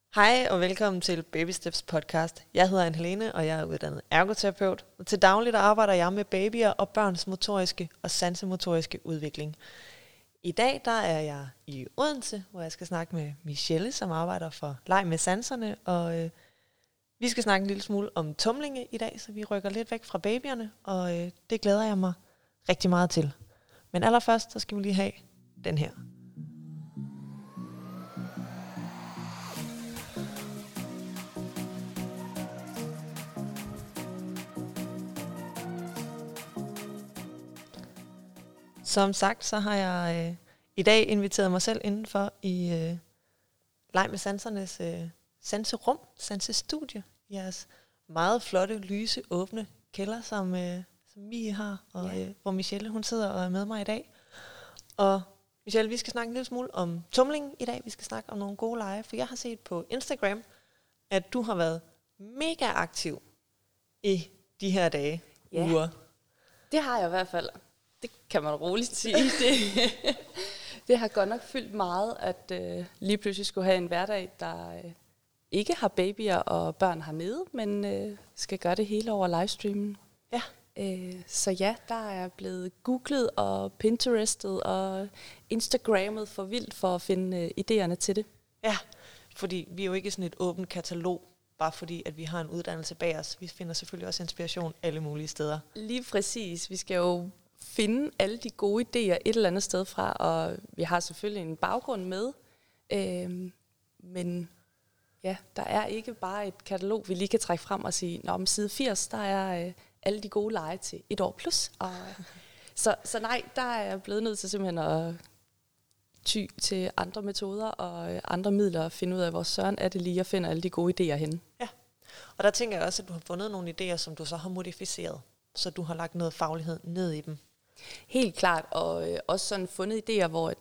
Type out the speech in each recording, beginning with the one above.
Hej og velkommen til Baby Steps podcast. Jeg hedder Anne-Helene, og jeg er uddannet ergoterapeut. Og til dagligt arbejder jeg med babyer og børns motoriske og sansemotoriske udvikling. I dag der er jeg i Odense, hvor jeg skal snakke med Michelle, som arbejder for Leg med Sanserne. Og vi skal snakke en lille smule om tumlinge i dag, så vi rykker lidt væk fra babyerne, og det glæder jeg mig rigtig meget til. Men allerførst, så skal vi lige have den her. Som sagt, så har jeg i dag inviteret mig selv indenfor i Leg med Sansernes sanserum, sansestudie. Jeres meget flotte, lyse, åbne kælder, som Mie har, og hvor Michelle hun sidder og er med mig i dag. Og Michelle, vi skal snakke en lille smule om tumling i dag. Vi skal snakke om nogle gode lege, for jeg har set på Instagram, at du har været mega aktiv i de her dage, uger. Det har jeg i hvert fald. Det kan man roligt sige. Det har godt nok fyldt meget, at lige pludselig skulle have en hverdag, der ikke har babyer og børn hernede, men skal gøre det hele over livestreamen. Ja. Så ja, der er blevet googlet og Pinterestet og Instagrammet for vildt for at finde idéerne til det. Ja, fordi vi er jo ikke sådan et åbent katalog, bare fordi at vi har en uddannelse bag os. Vi finder selvfølgelig også inspiration alle mulige steder. Lige præcis. Vi skal jo finde alle de gode idéer et eller andet sted fra, og vi har selvfølgelig en baggrund med, men ja, der er ikke bare et katalog, vi lige kan trække frem og sige, om side 80, der er alle de gode lege til 1 år plus. Og, så nej, der er jeg blevet nødt til simpelthen at ty til andre metoder og andre midler at finde ud af, hvor søren er det lige at finde alle de gode idéer henne. Ja, og der tænker jeg også, at du har fundet nogle idéer, som du så har modificeret, så du har lagt noget faglighed ned i dem. Helt klart, og også sådan fundet idéer, hvor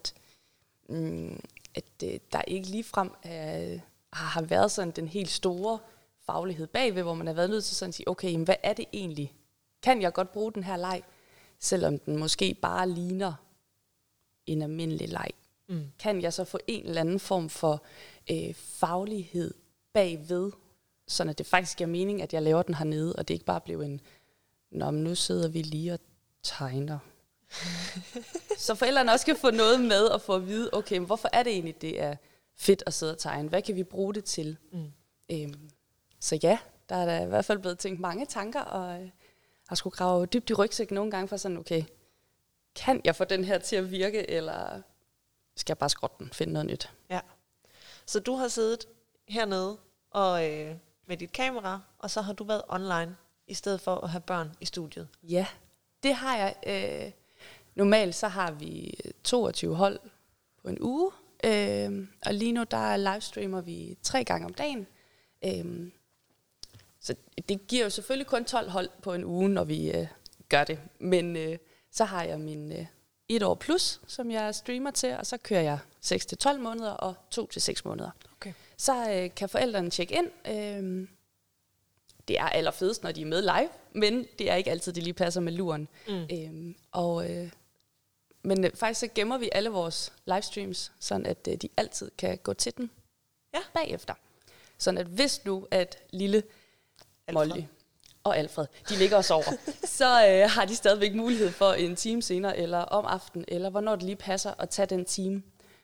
der ikke ligefrem har været sådan den helt store faglighed bagved, hvor man har været nødt til sådan at sige, okay, jamen, hvad er det egentlig? Kan jeg godt bruge den her leg, selvom den måske bare ligner en almindelig leg? Kan jeg så få en eller anden form for faglighed bagved, sådan at det faktisk giver mening, at jeg laver den hernede, og det ikke bare bliver en nu sidder vi lige og tegner. Så forældrene også kan få noget med og få at vide, okay, men hvorfor er det egentlig, det er fedt at sidde og tegne? Hvad kan vi bruge det til? Så ja, der er der i hvert fald blevet tænkt mange tanker, og har skulle grave dybt i rygsækken nogle gange for sådan, okay, kan jeg få den her til at virke, eller skal jeg bare skrotte den, finde noget nyt? Ja. Så du har siddet hernede og med dit kamera, og så har du været online, i stedet for at have børn i studiet? Ja, det har jeg. Normalt så har vi 22 hold på en uge, og lige nu der livestreamer vi 3 gange om dagen. Så det giver jo selvfølgelig kun 12 hold på en uge, når vi gør det. Men så har jeg min 1 år plus, som jeg streamer til, og så kører jeg 6-12 måneder og 2-6 måneder. Okay. Så kan forældrene tjekke ind. Det er allerfedest, når de er med live, men det er ikke altid, det lige passer med luren. Men faktisk så gemmer vi alle vores livestreams, sådan at de altid kan gå til den bagefter. Sådan at hvis nu, at lille Molly og Alfred, de ligger og sover, så har de stadigvæk mulighed for en time senere, eller om aftenen, eller hvornår det lige passer at tage den time.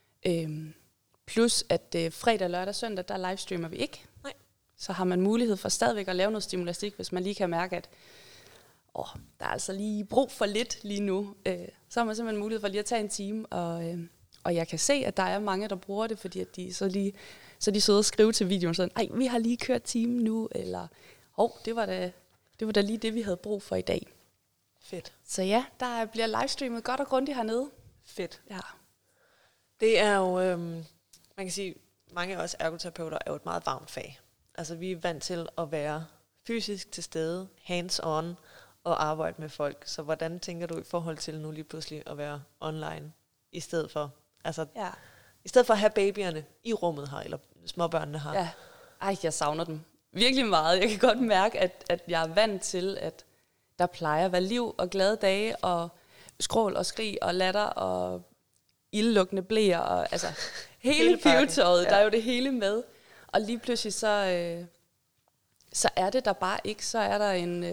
Plus at fredag, lørdag, søndag, der livestreamer vi ikke. Nej. Så har man mulighed for stadigvæk at lave noget stimulastik, hvis man lige kan mærke, at der er altså lige brug for lidt lige nu. Så har man simpelthen mulighed for lige at tage en time, og jeg kan se, at der er mange, der bruger det, fordi at de de sidder og skriver til videoen sådan, ej, vi har lige kørt timen nu, eller det var da lige det, vi havde brug for i dag. Fedt. Så ja, der bliver livestreamet godt og grundigt hernede. Fedt. Ja. Det er jo, man kan sige, mange af os ergoterapeuter er jo et meget varmt fag. Altså vi er vant til at være fysisk til stede, hands-on og arbejde med folk. Så hvordan tænker du i forhold til nu lige pludselig at være online i stedet for? Altså i stedet for at have babyerne i rummet her, eller småbørnene her. Ja. Ej, jeg savner dem virkelig meget. Jeg kan godt mærke, at jeg er vant til, at der plejer at være liv og glade dage, og skrål og skrig og latter og ildlukkende blæer, og altså hele pivetøjet, der er jo det hele med. Og lige pludselig så er det der bare ikke. Så er der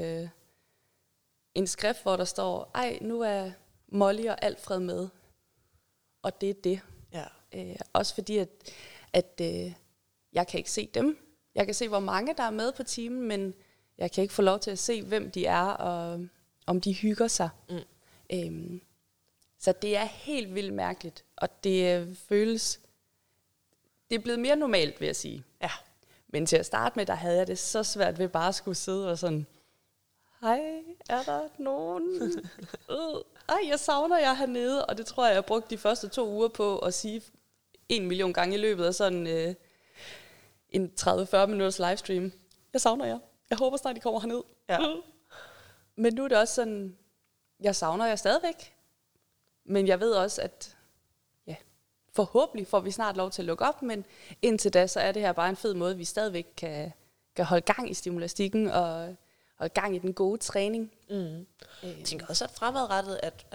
en skrift, hvor der står, ej, nu er Molly og Alfred med. Og det er det. Ja. Også fordi, at jeg kan ikke se dem. Jeg kan se, hvor mange der er med på timen, men jeg kan ikke få lov til at se, hvem de er, og om de hygger sig. Så det er helt vildt mærkeligt, og det føles... Det er blevet mere normalt, vil jeg sige. Ja. Men til at starte med, der havde jeg det så svært ved bare at skulle sidde og sådan... Hej, er der nogen? Jeg savner jer hernede, og det tror jeg brugte de første 2 uger på at sige 1 million gange i løbet af sådan en 30-40 minutters livestream. Jeg savner jer. Jeg håber snart, I kommer herned. Ja. Men nu er det også sådan, jeg savner jer stadigvæk. Men jeg ved også, at forhåbentlig får vi snart lov til at lukke op, men indtil da, så er det her bare en fed måde, vi stadigvæk kan holde gang i stimulastikken og holde gang i den gode træning. Jeg tænker også, at fremadrettet,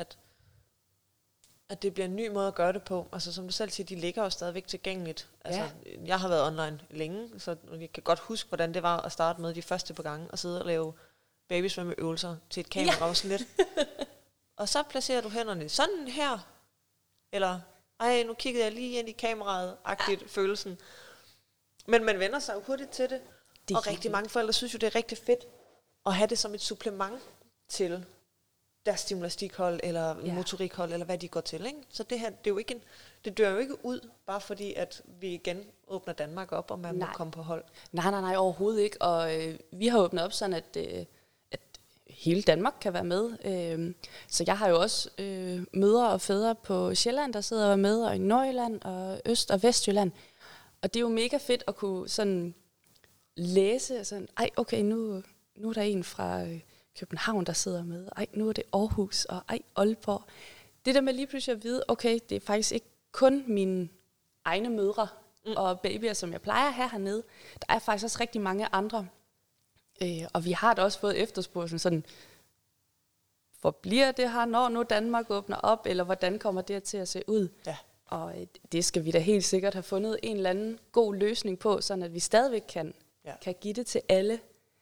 at det bliver en ny måde at gøre det på. Altså som du selv siger, de ligger jo stadigvæk tilgængeligt. Altså, jeg har været online længe, så jeg kan godt huske, hvordan det var at starte med de første par gange, og sidde og lave babysvømmeøvelser til et kameraafsnit. Og så placerer du hænderne sådan her, eller ej, nu kiggede jeg lige ind i kameraet-agtigt følelsen. Men man vender sig jo hurtigt til det. Og rigtig mange forældre synes jo, det er rigtig fedt at have det som et supplement til deres gymnastikhold, eller motorikhold, eller hvad de går til. Ikke? Så det her, det er jo ikke det dør jo ikke ud, bare fordi, at vi igen åbner Danmark op, og man må komme på hold. Nej, overhovedet ikke. Og vi har åbnet op sådan, at hele Danmark kan være med. Så jeg har jo også mødre og fædre på Sjælland, der sidder med, og i Nordjylland, og Øst- og Vestjylland. Og det er jo mega fedt at kunne sådan læse, sådan, ej, okay, nu er der en fra København, der sidder med. Ej, nu er det Aarhus, og ej, Aalborg. Det der med lige pludselig at vide, okay, det er faktisk ikke kun mine egne mødre og babyer, som jeg plejer at have hernede. Der er faktisk også rigtig mange andre. Og vi har da også fået efterspørgsel sådan, forbliver det her, når nu Danmark åbner op, eller hvordan kommer det til at se ud? Ja. Og det skal vi da helt sikkert have fundet en eller anden god løsning på, sådan at vi stadigvæk kan give det til alle.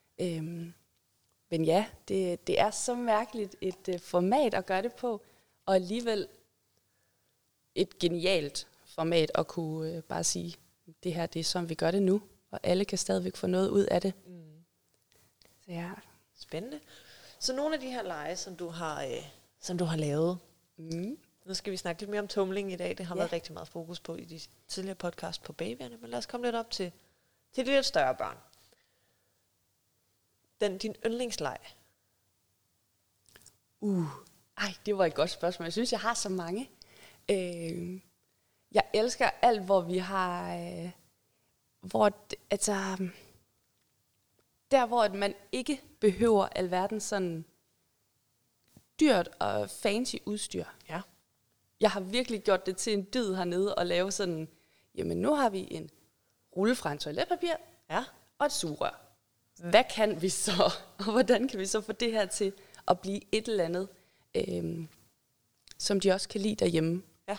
Men ja, det er så mærkeligt et format at gøre det på, og alligevel et genialt format at kunne bare sige, det her det er sådan, vi gør det nu, og alle kan stadigvæk få noget ud af det. Så ja. Spændende. Så nogle af de her lege, som du har lavet, nu skal vi snakke lidt mere om tumling i dag. Det har været rigtig meget fokus på i de tidligere podcast på babyerne, men lad os komme lidt op til de lidt større børn. Din yndlingsleg? Det var et godt spørgsmål. Jeg synes, jeg har så mange. Jeg elsker alt, hvor vi har... der, hvor man ikke behøver alverden sådan dyrt og fancy udstyr. Ja. Jeg har virkelig gjort det til en dyd hernede og lave sådan, jamen nu har vi en rulle fra en toiletpapir og et sugerør. Hvad kan vi så, og hvordan kan vi så få det her til at blive et eller andet, som de også kan lide derhjemme? Ja.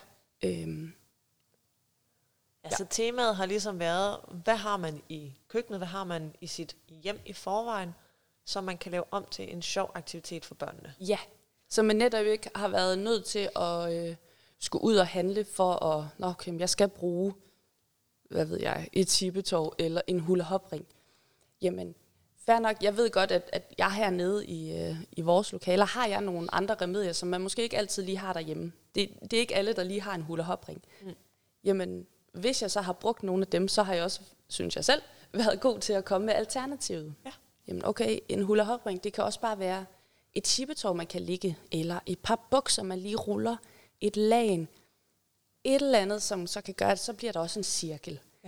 Altså temaet har ligesom været, hvad har man i køkkenet, hvad har man i sit hjem i forvejen, så man kan lave om til en sjov aktivitet for børnene. Ja, så man netop ikke har været nødt til at skulle ud og handle for at, jeg skal bruge, et tippetov eller en hula-hop-ring. Jamen, fair nok, jeg ved godt, at jeg hernede i vores lokaler, har jeg nogle andre remedier, som man måske ikke altid lige har derhjemme. Det er ikke alle, der lige har en hula-hop-ring. Jamen, hvis jeg så har brugt nogle af dem, så har jeg også, synes jeg selv, været god til at komme med alternativet. Ja. Jamen okay, en hula-hop-ring, det kan også bare være et tippetov, man kan ligge, eller et par bukser, man lige ruller, et lagen, et eller andet, som så kan gøre det, så bliver der også en cirkel. Ja.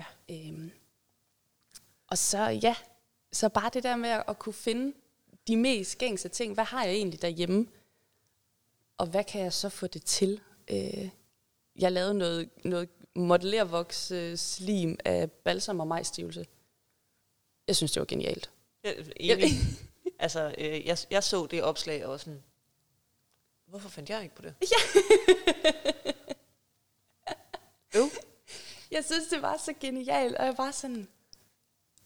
Og så bare det der med at kunne finde de mest gængse ting. Hvad har jeg egentlig derhjemme? Og hvad kan jeg så få det til? Jeg lavede noget modellervoks slim af balsam og majsstivelse. Jeg synes, det var genialt. Altså, jeg så det opslag og sådan, hvorfor fandt jeg ikke på det? Jeg synes, det var så genialt, og jeg var sådan,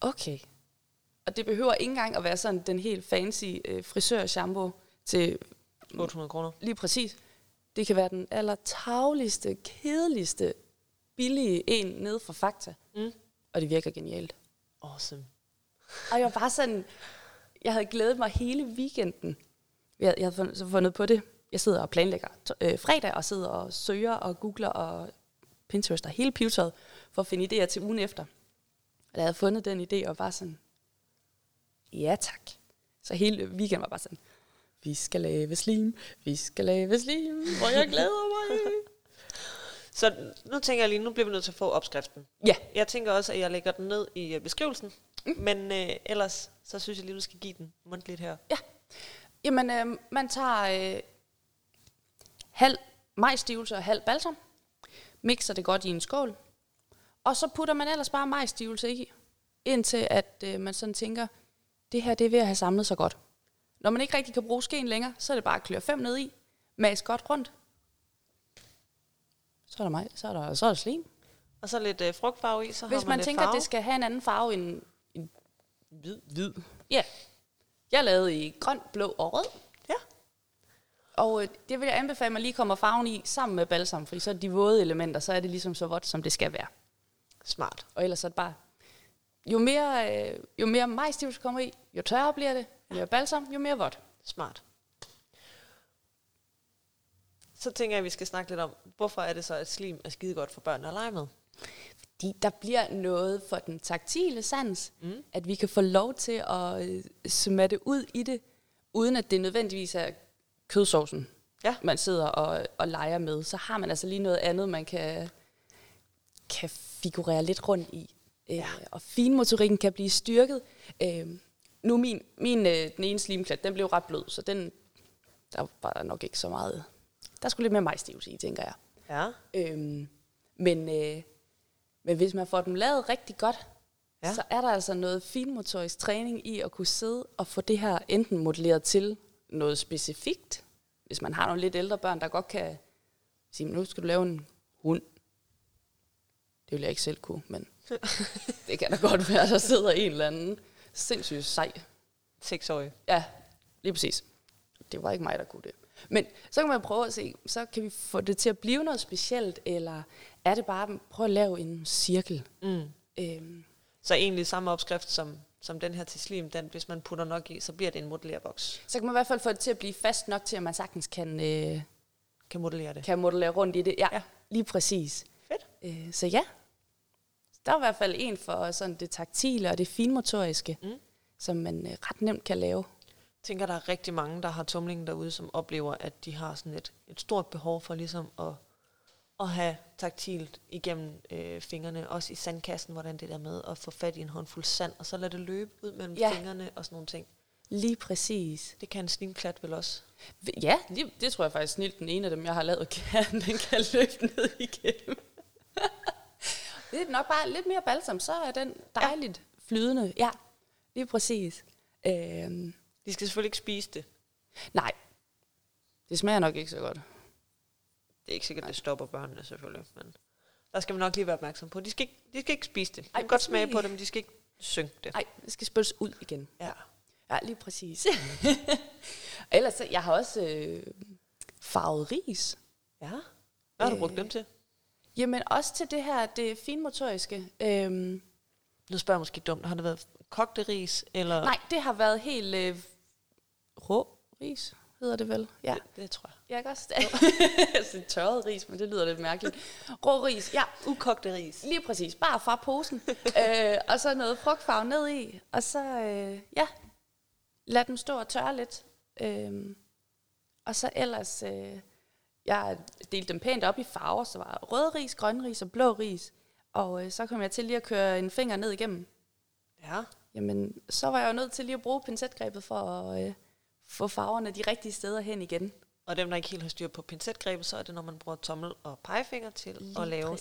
Okay. Og det behøver ikke engang at være sådan den helt fancy frisør-shampoo til 800 kroner. Lige præcis. Det kan være den allertagligste, kedeligste, billige en nede fra Fakta. Og det virker genialt. Awesome. Og jeg var bare sådan, jeg havde glædet mig hele weekenden. Jeg havde fundet på det. Jeg sidder og planlægger fredag, og sidder og søger og googler og Pinterest og hele pivetøjet, for at finde idéer til ugen efter. Og jeg havde fundet den idé, og var sådan, ja tak. Så hele weekenden var bare sådan, vi skal lave slim, hvor jeg glæder mig. Så nu tænker jeg lige, nu bliver vi nødt til at få opskriften. Ja. Jeg tænker også, at jeg lægger den ned i beskrivelsen. Men ellers, så synes jeg lige, du skal give den mundtligt her. Ja. Jamen, man tager halv majsstivelse og halv balsam. Mixer det godt i en skål. Og så putter man ellers bare majsstivelse i, indtil at man sådan tænker, det her det er ved at have samlet sig godt. Når man ikke rigtig kan bruge skeen længere, så er det bare at kløre 5 ned i, mas godt rundt. Så er der slim. Og så lidt frugtfarve i, så hvis har man man lidt tænker, farve. at det skal have en anden farve end hvid. Ja. Jeg lavede i grøn, blå og rød. Ja. Og det vil jeg anbefale, at man lige kommer farven i sammen med balsam, fordi så er de våde elementer, så er det ligesom så vådt, som det skal være. Smart. Og ellers er det bare, jo mere majsstivelse kommer i, jo tørre bliver det, jo mere balsam, jo mere vådt. Smart. Så tænker jeg, at vi skal snakke lidt om, hvorfor er det så, at slim er skide godt for børn at lege med? Fordi der bliver noget for den taktile sans, at vi kan få lov til at smatte ud i det, uden at det nødvendigvis er kødsovsen, man sidder og leger med. Så har man altså lige noget andet, man kan figurere lidt rundt i. Og finmotorikken kan blive styrket. Nu den ene slimklat, den blev ret blød, så der var der nok ikke så meget. Der skulle lidt mere majsstivelse i, tænker jeg. Ja. Men hvis man får dem lavet rigtig godt, så er der altså noget finmotorisk træning i at kunne sidde og få det her enten modelleret til noget specifikt. Hvis man har nogle lidt ældre børn, der godt kan sige, nu skal du lave en hund. Det vil jeg ikke selv kunne, men det kan da godt være, der sidder en eller anden sindssygt sej 6-årig. Ja, lige præcis. Det var ikke mig, der kunne det. Men så kan man prøve at se, så kan vi få det til at blive noget specielt, eller er det bare prøve at lave en cirkel? Så egentlig samme opskrift som den her til slim, hvis man putter nok i, så bliver det en modellerboks. Så kan man i hvert fald få det til at blive fast nok til, at man sagtens kan modellere det. Kan modellere rundt i det. Ja. Lige præcis. Fedt. Så ja, der er i hvert fald en for sådan det taktile og det finmotoriske, som man ret nemt kan lave. Jeg tænker, der er rigtig mange, der har tumlingen derude, som oplever, at de har sådan et stort behov for ligesom at have taktilt igennem fingrene, også i sandkassen, hvordan det der med at få fat i en håndfuld sand, og så lade det løbe ud mellem fingrene og sådan nogle ting. Lige præcis. Det kan en slimklat vel også? Ja, det tror jeg faktisk snilt den ene af dem, jeg har lavet, den kan løbe ned igennem. Det er nok bare lidt mere balsam, så er den dejligt flydende. Ja, lige præcis. De skal selvfølgelig ikke spise det. Nej, det smager nok ikke så godt. Det er ikke sikkert, det stopper børnene selvfølgelig, men der skal man nok lige være opmærksom på. De skal ikke spise det. De kan godt smage på det, men de skal ikke synke det. Nej, det skal spilles ud igen. Ja, lige præcis. Ellers, jeg har også farvet ris. Ja, hvad har du brugt dem til? Jamen, også til det her, det finmotoriske. Nu spørger jeg måske dumt, har det været kogte ris? Eller? Nej, det har været helt rå ris, hedder det vel? Ja, det tror jeg. Jeg kan også altså, tørret ris, men det lyder lidt mærkeligt. Rå ris, ja. Ukogte ris. Lige præcis, bare fra posen. Og så noget frugtfarve ned i, og så, lad dem stå og tørre lidt. Og så ellers, jeg delte dem pænt op i farver, så var rød ris, grøn ris og blå ris. Og så kom jeg til lige at køre en finger ned igennem. Ja. Jamen, så var jeg jo nødt til lige at bruge pincetgrebet for at få farverne de rigtige steder hen igen. Og dem, der ikke helt har styr på pincetgrebet, så er det, når man bruger tommel og pegefinger til lige at lave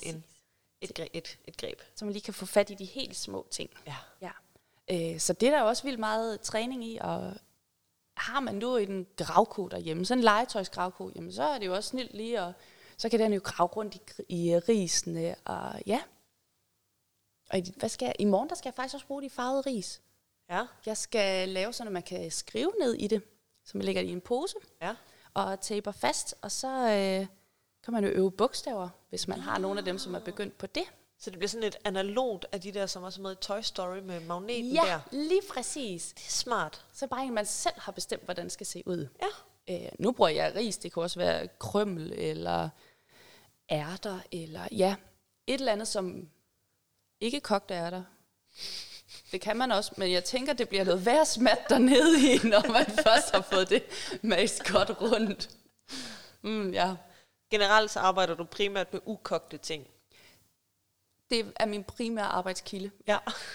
et greb. Så man lige kan få fat i de helt små ting. Ja. Så det er der også vildt meget træning i, og har man nu en gravko derhjemme, sådan en legetøjsgravko, jamen så er det jo også snilt lige, og så kan den jo grave rundt i risene, og ja. Og i morgen, der skal jeg faktisk også bruge de farvede ris. Ja. Jeg skal lave sådan, at man kan skrive ned i det, så man lægger det i en pose, og taper fast, og så kan man jo øve bogstaver, hvis man har nogle af dem, som er begyndt på det. Så det bliver sådan et analogt af de der, som også er med i Toy Story med magneten der. Ja, lige præcis. Det er smart. Så bare en, man selv har bestemt, hvordan det skal se ud. Ja. Nu bruger jeg ris, det kan også være krymmel, eller ærter, eller et eller andet, som ikke kogte ærter. Det kan man også, men jeg tænker, det bliver noget værre smat dernede i, når man først har fået det mast godt rundt. Ja. Generelt så arbejder du primært med ukogte ting. Det er min primære arbejdskilde. Ja.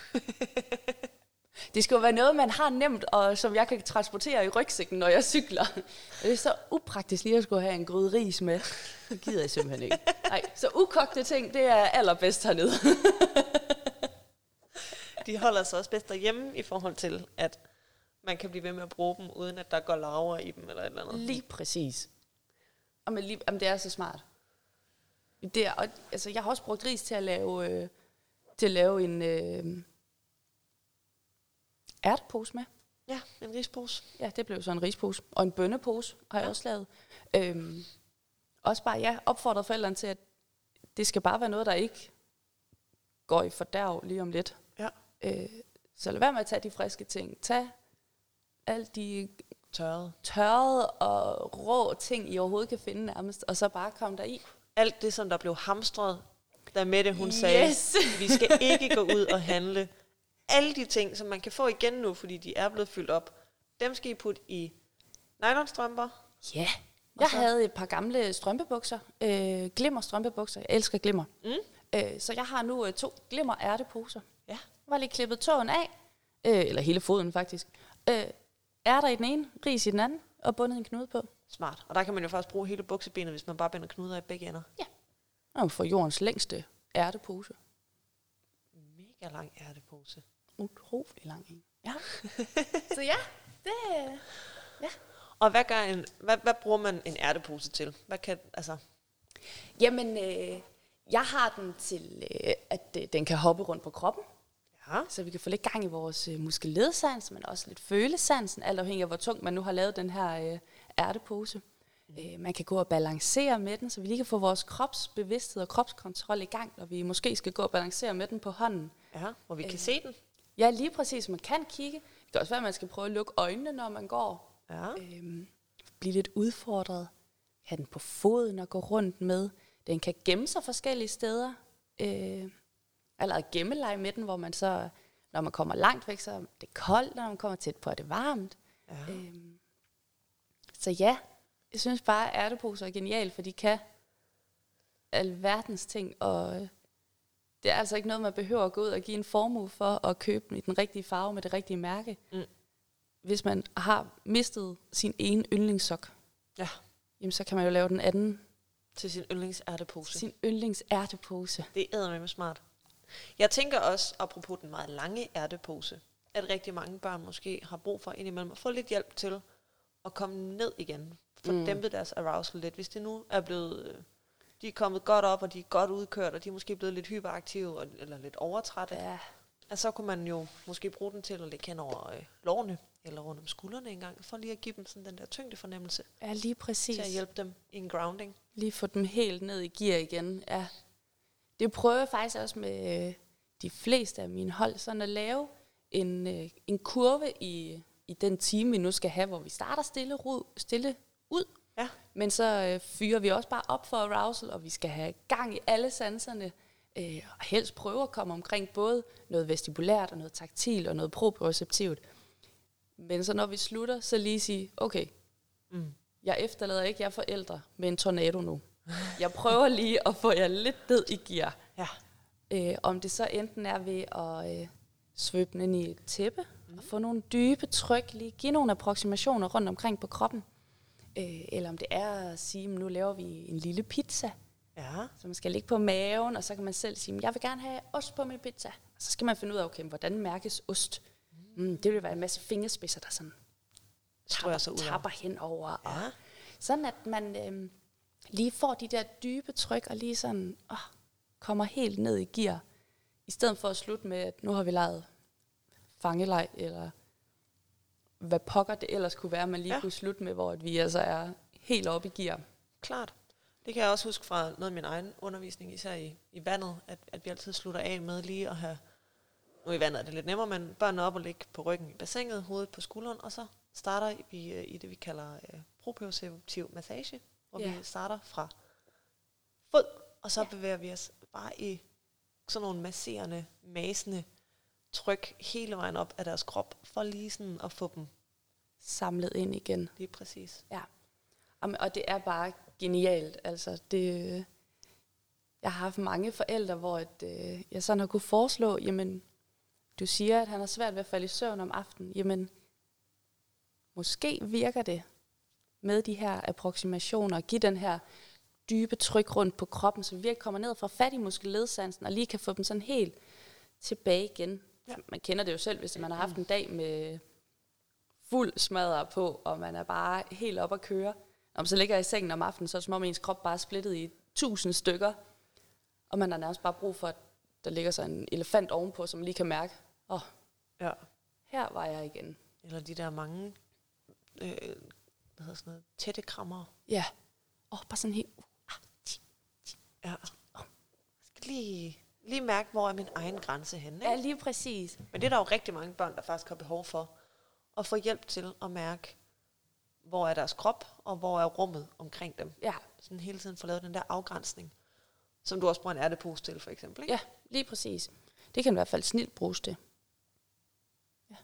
Det skal jo være noget, man har nemt, og som jeg kan transportere i rygsækken, når jeg cykler. Det er så upraktisk lige at skulle have en gryde ris med. Det gider jeg simpelthen ikke. Nej, så ukogte ting, det er allerbedst hernede. De holder sig også bedst derhjemme i forhold til, at man kan blive ved med at bruge dem, uden at der går larver i dem eller et eller andet. Lige præcis. Jamen, det er så smart. Det er, altså, jeg har også brugt ris til at lave en ærtepose med. Ja, en rispose. Ja, det blev så en rispose. Og en bønnepose har jeg også lavet. Også bare, opfordret forældrene til, at det skal bare være noget, der ikke går i fordærv lige om lidt. Ja. Så lad være med at tage de friske ting. Tag alle de tørrede og rå ting, I overhovedet kan finde nærmest, og så bare komme deri. Alt det, som der blev hamstret, da Mette hun sagde, vi skal ikke gå ud og handle. Alle de ting, som man kan få igen nu, fordi de er blevet fyldt op, dem skal I putte i nylonstrømper. Ja, jeg havde et par gamle strømpebukser, glimmer strømpebukser. Jeg elsker glimmer. Så jeg har nu 2 glimmer ærteposer. Ja. Jeg var lige klippet tåen af, eller hele foden faktisk. Ærter i den ene, ris i den anden, og bundet en knude på. Smart. Og der kan man jo faktisk bruge hele buksebenet, hvis man bare binder knuder i begge ender. Ja. Og får jordens længste ærtepose. Mega lang ærtepose. Utrolig lang en. Ja. Så ja, det... Ja. Og hvad bruger man en ærtepose til? Hvad kan, altså? Jamen, jeg har den til, at den kan hoppe rundt på kroppen. Ja. Så vi kan få lidt gang i vores muskelledsans, men også lidt følesansen, alt afhængig af, hvor tungt man nu har lavet den her ærtepose. Man kan gå og balancere med den, så vi lige kan få vores kropsbevidsthed og kropskontrol i gang, når vi måske skal gå og balancere med den på hånden. Ja, hvor vi kan se den. Ja, lige præcis. Man kan kigge. Det kan også være, at man skal prøve at lukke øjnene, når man går. Ja. Blive lidt udfordret. Have den på foden og gå rundt med. Den kan gemme sig forskellige steder. Eller gemmeleje med den, hvor man så, når man kommer langt væk, så er det koldt, når man kommer tæt på, er det varmt. Ja. Så ja, jeg synes bare, at ærteposer er genialt, for de kan alverdens ting, og det er altså ikke noget, man behøver at gå ud og give en formue for at købe den i den rigtige farve med det rigtige mærke. Hvis man har mistet sin ene yndlingssok, jamen, så kan man jo lave den anden til sin yndlingsærtepose. Sin yndlingsærtepose. Det er eddermame smart. Jeg tænker også, apropos den meget lange ærtepose, at rigtig mange børn måske har brug for indimellem at få lidt hjælp til at komme ned igen. For dæmpet deres arousal lidt. Hvis det nu er blevet, de er kommet godt op, og de er godt udkørt, og de er måske blevet lidt hyperaktive, eller lidt overtrætte, så kunne man jo måske bruge den til at lægge hen over lårene, eller rundt om skuldrene engang, for lige at give dem sådan den der tyngdefornemmelse. Ja, lige præcis. Til at hjælpe dem i en grounding. Lige få dem helt ned i gear igen. Ja. Det prøver jeg faktisk også med de fleste af mine hold, sådan at lave en kurve i den time, vi nu skal have, hvor vi starter stille ud. Ja. Men så fyrer vi også bare op for arousal, og vi skal have gang i alle sanserne, og helst prøve at komme omkring både noget vestibulært og noget taktil og noget proprioceptivt. Men så når vi slutter, så lige sige, okay, jeg efterlader ikke jer forældre med en tornado nu. Jeg prøver lige at få jer lidt ned i gear. Ja. Om det så enten er ved at svøbe den ind i et tæppe, og få nogle dybe tryk, lige give nogle approximationer rundt omkring på kroppen. Eller om det er at sige, nu laver vi en lille pizza. Ja. Så man skal ligge på maven, og så kan man selv sige, jeg vil gerne have ost på min pizza. Og så skal man finde ud af, okay, hvordan mærkes ost? Det vil være en masse fingerspidser, der sådan tapper henover. Ja. Og sådan at man lige får de der dybe tryk, og lige sådan kommer helt ned i gear. i stedet for at slutte med, at nu har vi leget fangeleg, eller hvad pokker det ellers kunne være, man lige kunne slutte med, hvor vi altså er helt oppe i gear. Klart. Det kan jeg også huske fra noget af min egen undervisning, især i vandet, at vi altid slutter af med lige at have, nu i vandet er det lidt nemmere, men børnene op og ligge på ryggen i bassinet, hovedet på skulderen, og så starter vi i det, vi kalder proprioceptiv massage, hvor vi starter fra fod, og så bevæger vi os bare i sådan nogle masserende, masende tryk hele vejen op af deres krop, for lige sådan at få dem samlet ind igen. Lige præcis. Ja. Og det er bare genialt. Altså, jeg har haft mange forældre, hvor jeg sådan har kunne foreslå, jamen, du siger, at han har svært ved at falde i søvn om aftenen. Jamen, måske virker det med de her approximationer, give den her dybe tryk rundt på kroppen, så vi virkelig kommer ned fra fat i muskel-ledsansen, og lige kan få dem sådan helt tilbage igen. Ja. Man kender det jo selv, hvis man har haft en dag med fuld smadre på, og man er bare helt op at køre. Om så ligger jeg i sengen om aftenen, så er det som om ens krop bare er splittet i 1000 stykker, og man har nærmest bare brug for, at der ligger så en elefant ovenpå, som man lige kan mærke, her var jeg igen. Eller de der mange, tætte krammer. Ja. Bare sådan helt. Ja. Jeg skal lige mærke, hvor er min egen grænse henne. Ikke? Ja, lige præcis. Men det er der jo rigtig mange børn, der faktisk har behov for. At få hjælp til at mærke, hvor er deres krop, og hvor er rummet omkring dem. Ja. Sådan hele tiden få lavet den der afgrænsning. Som du også bruger en ærtepose til, for eksempel. Ikke? Ja, lige præcis. Det kan i hvert fald snilt bruges til. Ja.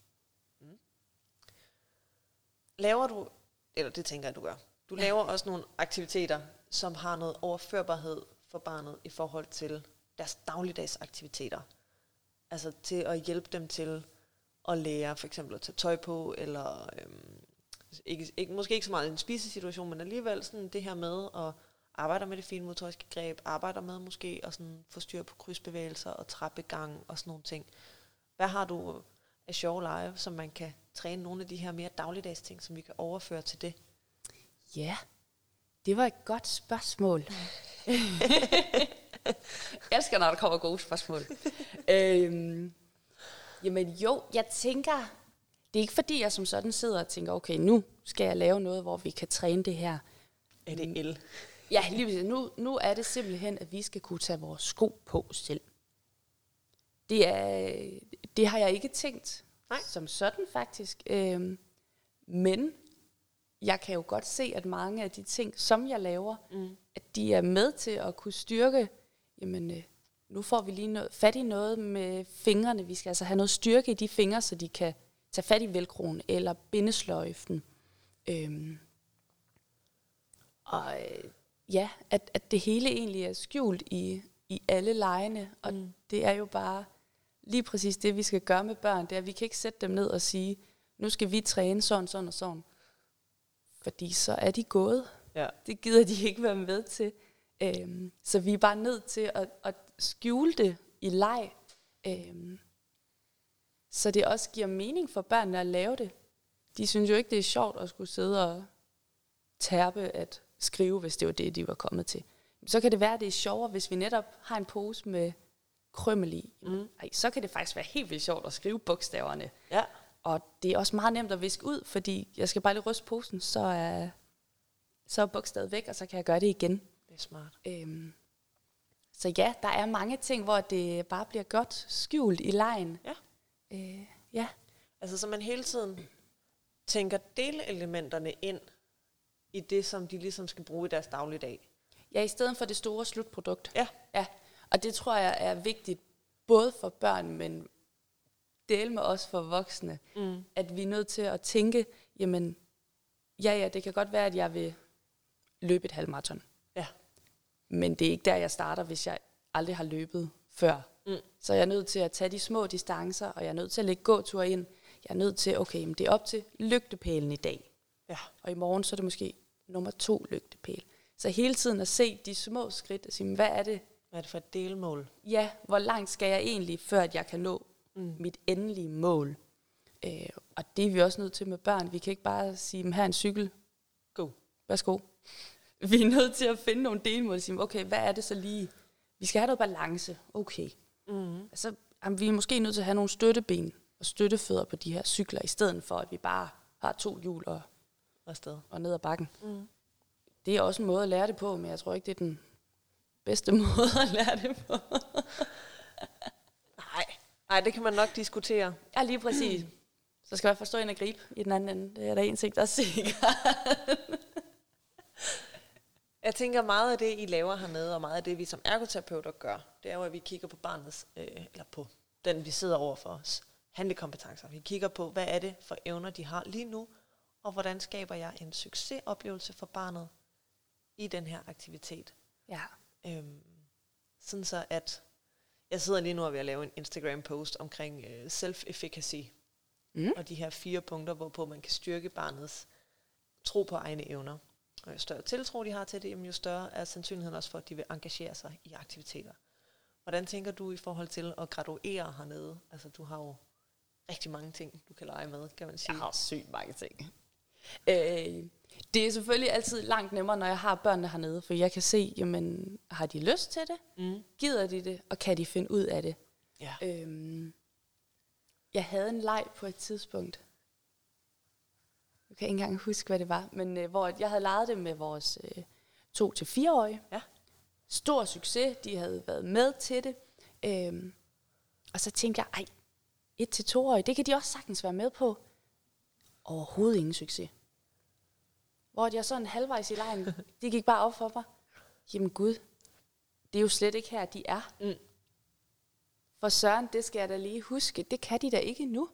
Laver du, eller det tænker jeg, du gør, du laver også nogle aktiviteter, som har noget overførbarhed for barnet i forhold til deres dagligdags aktiviteter. Altså til at hjælpe dem til at lære for eksempel at tage tøj på, eller måske ikke så meget i en spisesituation, men alligevel sådan det her med at arbejde med det finmotoriske greb, arbejder med måske at sådan få styr på krydsbevægelser og trappegang og sådan nogle ting. Hvad har du af sjove lege, som man kan træne nogle af de her mere dagligdags ting, som vi kan overføre til det? Ja, det var et godt spørgsmål. Jeg elsker, når der kommer gode spørgsmål. Jamen jo, jeg tænker, det er ikke fordi, jeg som sådan sidder og tænker, okay, nu skal jeg lave noget, hvor vi kan træne det her. Er det el? Ja, lige nu er det simpelthen, at vi skal kunne tage vores sko på selv. Det har jeg ikke tænkt som sådan faktisk. Men jeg kan jo godt se, at mange af de ting, som jeg laver, at de er med til at kunne styrke, jamen nu får vi lige fat i noget med fingrene. Vi skal altså have noget styrke i de fingre, så de kan tage fat i velcroen eller bindesløjfen. At det hele egentlig er skjult i alle legene. Og det er jo bare lige præcis det, vi skal gøre med børn. Det er, at vi kan ikke sætte dem ned og sige, nu skal vi træne sådan og sådan. Fordi så er de gået. Ja. Det gider de ikke være med til. Så vi er bare nødt til at skjule det i leg. Så det også giver mening for børnene at lave det. De synes jo ikke, det er sjovt at skulle sidde og terpe at skrive, hvis det var det, de var kommet til. Så kan det være, at det er sjovere, hvis vi netop har en pose med krymmel i. Så kan det faktisk være helt vildt sjovt at skrive bogstaverne. Ja. Og det er også meget nemt at viske ud, fordi jeg skal bare lige ryste posen, så er bogstavet væk, og så kan jeg gøre det igen. Det er smart. Så ja, der er mange ting, hvor det bare bliver godt skjult i legen. Ja. Ja. Altså så man hele tiden tænker delelementerne ind i det, som de ligesom skal bruge i deres dagligdag. Ja, i stedet for det store slutprodukt. Ja. Og det tror jeg er vigtigt, både for børn, men del med også for voksne, at vi er nødt til at tænke, jamen, ja, det kan godt være, at jeg vil løbe et halvmaraton. Ja. Men det er ikke der, jeg starter, hvis jeg aldrig har løbet før. Så jeg er nødt til at tage de små distancer, og jeg er nødt til at lægge gåtur ind. Jeg er nødt til, okay, men det er op til lygtepælen i dag. Ja. Og i morgen, så er det måske nummer 2 lygtepæl. Så hele tiden at se de små skridt, og sige, hvad er det? Hvad er det for et delmål? Ja, hvor langt skal jeg egentlig, før at jeg kan nå mit endelige mål? Og det er vi også nødt til med børn. Vi kan ikke bare sige, her er en cykel. Go. Værsgo. Vi er nødt til at finde nogle delmål og sige, okay, hvad er det så lige? Vi skal have noget balance. Okay. Altså, vi er måske nødt til at have nogle støtteben og støttefødder på de her cykler, i stedet for, at vi bare har 2 hjul og ned ad bakken. Det er også en måde at lære det på, men jeg tror ikke, det er den bedste måde at lære det på. Nej, det kan man nok diskutere. Ja, lige præcis. Så skal jeg forstå ind og gribe i den anden ende. Det er der en ting, der er sikkert. Jeg tænker, meget af det, I laver hernede, og meget af det, vi som ergoterapeuter gør, det er jo, at vi kigger på barnets, eller på den, vi sidder over for os, handlekompetencer. Vi kigger på, hvad er det for evner, de har lige nu, og hvordan skaber jeg en succesoplevelse for barnet i den her aktivitet. Ja. Sådan så, at jeg sidder lige nu og ved at lave en Instagram-post omkring self-efficacy, og de her 4 punkter, hvorpå man kan styrke barnets tro på egne evner. Og jo større tiltro de har til det, jo større er sandsynligheden også for, at de vil engagere sig i aktiviteter. Hvordan tænker du i forhold til at graduere hernede? Altså, du har jo rigtig mange ting, du kan lege med, kan man sige. Jeg har sygt mange ting. Det er selvfølgelig altid langt nemmere, når jeg har børnene hernede, for jeg kan se, jamen, har de lyst til det? Gider de det? Og kan de finde ud af det? Ja. Jeg havde en leg på et tidspunkt. Jeg kan ikke engang huske, hvad det var, men hvor jeg havde leget det med vores 2-4-årige. Ja. Stor succes, de havde været med til det. Og så tænkte jeg, 1-2-årige, det kan de også sagtens være med på. Overhovedet ingen succes. Hvor jeg sådan halvvejs i lejen, det gik bare op for mig. Jamen Gud, det er jo slet ikke her, de er. For Søren, det skal jeg da lige huske, det kan de da ikke nu.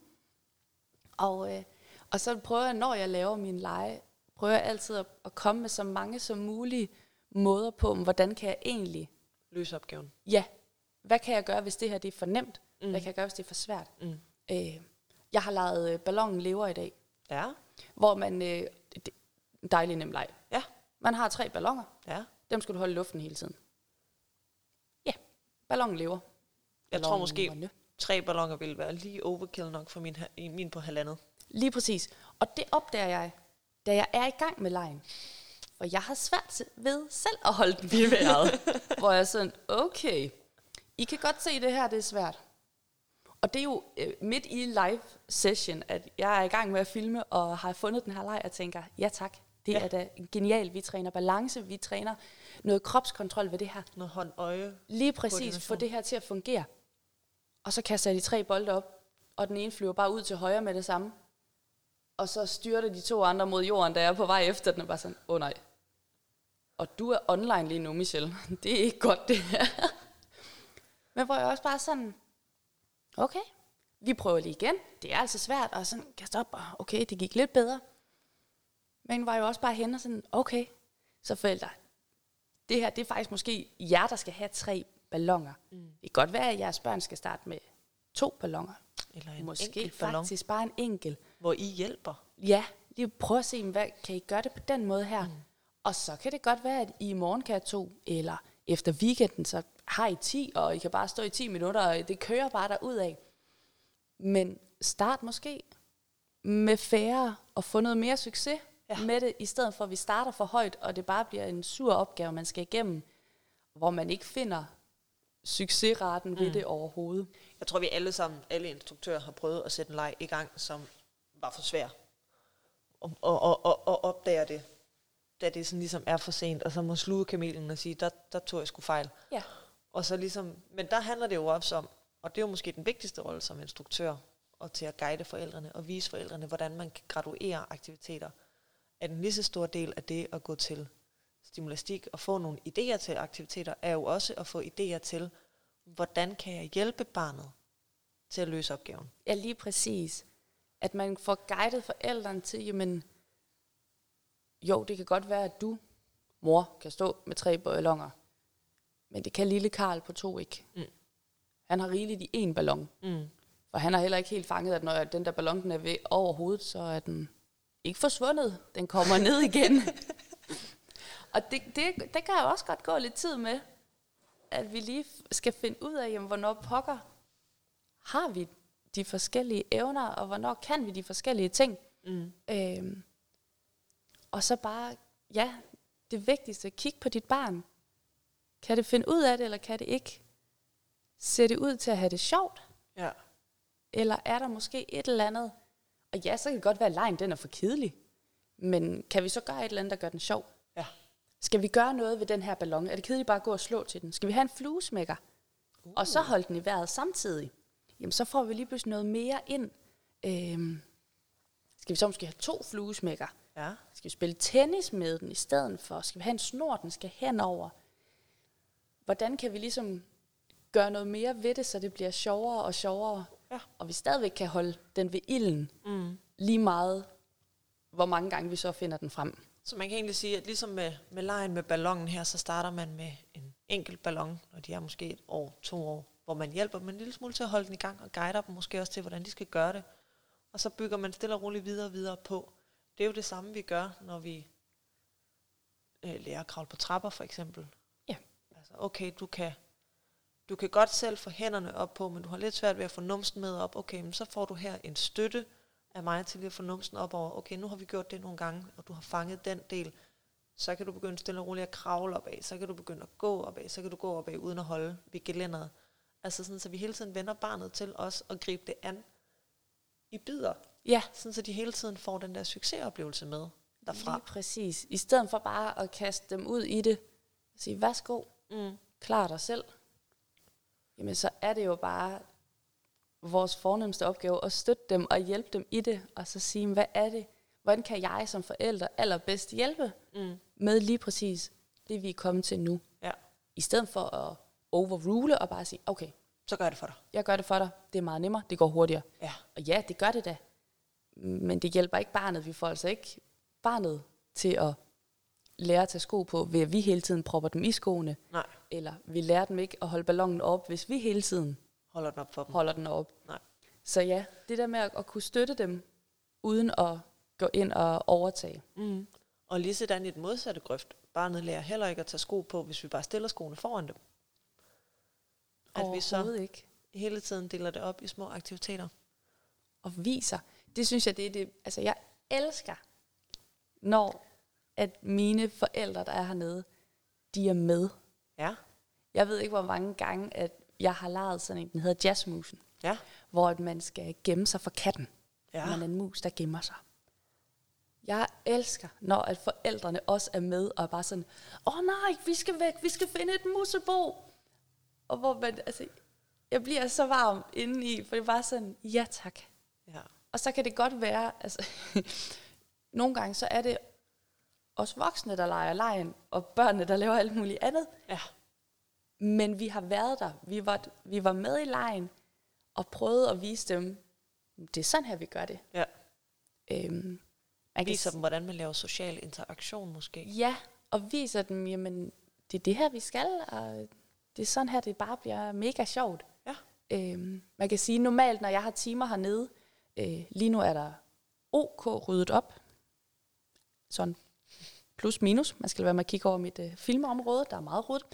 Og så prøver jeg, når jeg laver min lege, prøver jeg altid at komme med så mange som mulige måder på, hvordan kan jeg egentlig løse opgaven. Ja, hvad kan jeg gøre, hvis det her det er for nemt? Hvad kan jeg gøre, hvis det er for svært? Jeg har leget ballonen lever i dag. Ja. Hvor man, dejlig nem leg. Ja. Man har 3 balloner. Ja. Dem skal du holde i luften hele tiden. Ja, ballonen lever. Jeg tror måske 3 balloner vil være lige overkill nok for min på 1,5. Lige præcis. Og det opdager jeg, da jeg er i gang med legen. For jeg har svært ved selv at holde den i vejret. Hvor jeg er sådan, okay, I kan godt se det her, det er svært. Og det er jo midt i live session, at jeg er i gang med at filme, og har fundet den her leg, og tænker, ja tak, det er da genialt. Vi træner balance, vi træner noget kropskontrol ved det her. Noget hånd-øje. Lige præcis, få det her til at fungere. Og så kaster jeg de 3 bolde op, og den ene flyver bare ud til højre med det samme. Og så styrter de 2 andre mod jorden, da jeg er på vej efter den, og bare sådan, nej. Og du er online lige nu, Michelle. Det er ikke godt, det her. Men hvor jeg også bare sådan, okay, vi prøver lige igen. Det er altså svært, og sådan, kaste op, og okay, det gik lidt bedre. Men var jo også bare hen og sådan, okay, så forældre, det her, det er faktisk måske jer, der skal have 3 balloner. Det kan godt være, at jeres børn skal starte med 2 balloner. Eller en måske enkelt faktisk bare en enkelt. Hvor I hjælper. Ja, lige prøv at se, hvad kan I gøre det på den måde her? Og så kan det godt være, at I morgen kan have 2, eller efter weekenden, så har I 10, og I kan bare stå i 10 minutter, og det kører bare derudad. Men start måske med færre, og få noget mere succes med det, i stedet for, at vi starter for højt, og det bare bliver en sur opgave, man skal igennem, hvor man ikke finder succesraten ved det overhovedet. Jeg tror, vi alle instruktører har prøvet at sætte en leg i gang, som var for svær. Og opdager det, da det sådan ligesom er for sent, og så må sluge kamelen og sige, der tog jeg sgu fejl. Ja. Og så ligesom, men der handler det jo også om, og det er jo måske den vigtigste rolle som instruktør, og til at guide forældrene og vise forældrene, hvordan man kan graduere aktiviteter. At en lige så stor del af det at gå til stimulastik og få nogle idéer til aktiviteter, er jo også at få idéer til, hvordan kan jeg hjælpe barnet til at løse opgaven. Ja, lige præcis. At man får guidet forældrene til, jamen, jo, det kan godt være, at du, mor, kan stå med 3 balloner, men det kan lille Karl på 2 ikke. Han har rigeligt i 1 ballon. For han har heller ikke helt fanget, at når den der ballon den er ved over hovedet, så er den ikke forsvundet. Den kommer ned igen. Og det kan jo også godt gå lidt tid med, at vi lige skal finde ud af, jamen, hvornår pokker har vi de forskellige evner, og hvornår kan vi de forskellige ting. Og så bare, ja, det vigtigste, kig på dit barn. Kan det finde ud af det, eller kan det ikke? Ser det ud til at have det sjovt? Ja. Eller er der måske et eller andet? Og ja, så kan det godt være, at legen den er for kedelig. Men kan vi så gøre et eller andet, der gør den sjov? Ja. Skal vi gøre noget ved den her ballon? Er det kedeligt bare at gå og slå til den? Skal vi have en fluesmækker? Og så holde den i vejret samtidig? Jamen, så får vi lige pludselig noget mere ind. Skal vi så måske have 2 fluesmækker? Ja. Skal vi spille tennis med den i stedet for? Skal vi have en snor, den skal henover? Hvordan kan vi ligesom gøre noget mere ved det, så det bliver sjovere og sjovere? Ja. Og vi stadigvæk kan holde den ved ilden lige meget, hvor mange gange vi så finder den frem. Så man kan egentlig sige, at ligesom med legen med ballonen her, så starter man med en enkelt ballon, og de er måske 1 år, 2 år, hvor man hjælper dem en lille smule til at holde den i gang, og guider dem måske også til, hvordan de skal gøre det. Og så bygger man stille og roligt videre på. Det er jo det samme, vi gør, når vi lærer at kravle på trapper, for eksempel. Ja. Altså, okay, du kan godt selv få hænderne op på, men du har lidt svært ved at få numsen med op. Okay, men så får du her en støtte af mig til at få numsen op over. Okay, nu har vi gjort det nogle gange, og du har fanget den del. Så kan du begynde stille og roligt at kravle opad. Så kan du begynde at gå opad. Så kan du gå opad uden at holde ved gelænderet. Altså sådan, så vi hele tiden vender barnet til os og gribe det an i bidder. Ja. Sådan, så de hele tiden får den der succesoplevelse med derfra. Lige præcis. I stedet for bare at kaste dem ud i det, og sige, værsgo, klar dig selv. Jamen, så er det jo bare vores fornemmeste opgave at støtte dem og hjælpe dem i det, og så sige, hvad er det? Hvordan kan jeg som forælder allerbedst hjælpe med lige præcis det, vi er kommet til nu? Ja. I stedet for at overrule og bare sige, okay, Så gør jeg det for dig. jeg gør det for dig, det er meget nemmere, det går hurtigere. Ja. Og ja, det gør det da. Men det hjælper ikke barnet. Vi får altså ikke barnet til at lære at tage sko på, ved at vi hele tiden propper dem i skoene. Nej. Eller vi lærer dem ikke at holde ballonen op, hvis vi hele tiden Holder den op for dem. holder den op. Nej. Så ja, det der med at kunne støtte dem, uden at gå ind og overtage. Og lige sådan i den modsatte grøft. Barnet lærer heller ikke at tage sko på, hvis vi bare stiller skoene foran dem. At vi så Overhovedet ikke. hele tiden deler det op i små aktiviteter. Og viser. Det synes jeg, det er det. Altså, jeg elsker, når at mine forældre, der er hernede, de er med. Ja. Jeg ved ikke, hvor mange gange, at jeg har leget sådan en, den hedder Jazzmusen. Ja. Hvor at man skal gemme sig for katten. Ja. Man er en mus, der gemmer sig. Jeg elsker, når at forældrene også er med, og er bare sådan, nej, vi skal væk, vi skal finde et musebo. Og hvor man, altså, jeg bliver så varm indeni, for det er bare sådan, ja tak. Ja. Og så kan det godt være, altså, nogle gange så er det os voksne, der leger legen, og børnene, der laver alt muligt andet. Ja. Men vi har været der. Vi var med i legen, og prøvede at vise dem, det er sådan her, vi gør det. Ja. Man Viser dem, hvordan man laver social interaktion måske. Ja, og viser dem, jamen, det er det her, vi skal, og det er sådan her, det bare bliver mega sjovt. Ja. Man kan sige, normalt, når jeg har timer hernede, lige nu er der OK ryddet op, sådan plus minus, man skal være med at kigge over mit filmområde, der er meget ryddet.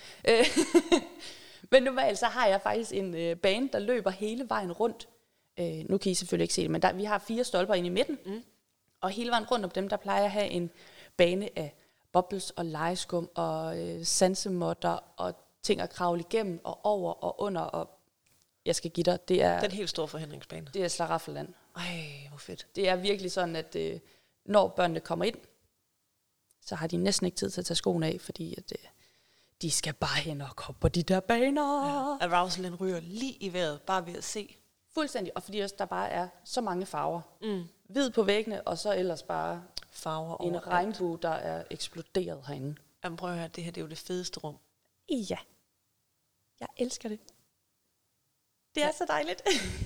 Men normalt så har jeg faktisk en bane, der løber hele vejen rundt. Nu kan I selvfølgelig ikke se det, men vi har 4 stolper inde i midten, og hele vejen rundt om dem, der plejer jeg at have en bane af bobbles og legeskum og sansemotter og ting at kravle igennem og over og under, og jeg skal give dig, det er Den helt store forhindringsbane. det er Slaraffenland. Ej, hvor fedt. Det er virkelig sådan, at når børnene kommer ind, så har de næsten ikke tid til at tage skoene af, fordi at, de skal bare hen og komme på de der baner. Ja. Arousalen ryger lige i vejret, bare ved at se. Fuldstændig, og fordi også der bare er så mange farver. Hvid på væggene, og så ellers bare Farver en overalt. regnbue, der er eksploderet herinde. Jamen prøv at høre, det her det er jo det fedeste rum. Ja, jeg elsker det. Det er så dejligt.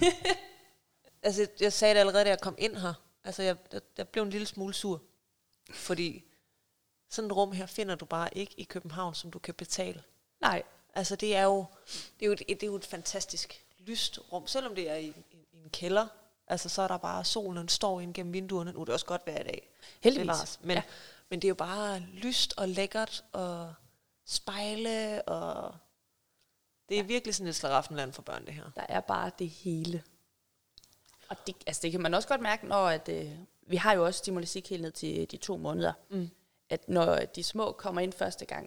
Altså, jeg sagde det allerede, da jeg kom ind her. Altså, jeg blev en lille smule sur. Fordi sådan et rum her finder du bare ikke i København, som du kan betale. Nej. Altså, det er jo et fantastisk lyst rum. Selvom det er i en kælder, altså, så er der bare solen står ind gennem vinduerne. Nu er det også godt hver dag. Heldigvis. Men det er jo bare lyst og lækkert og spejle og... Det er virkelig sådan et slaraffenland for børn, det her. Der er bare det hele. Og det kan man også godt mærke, når at, vi har jo også stimulasik helt ned til de 2 måneder. At når de små kommer ind første gang,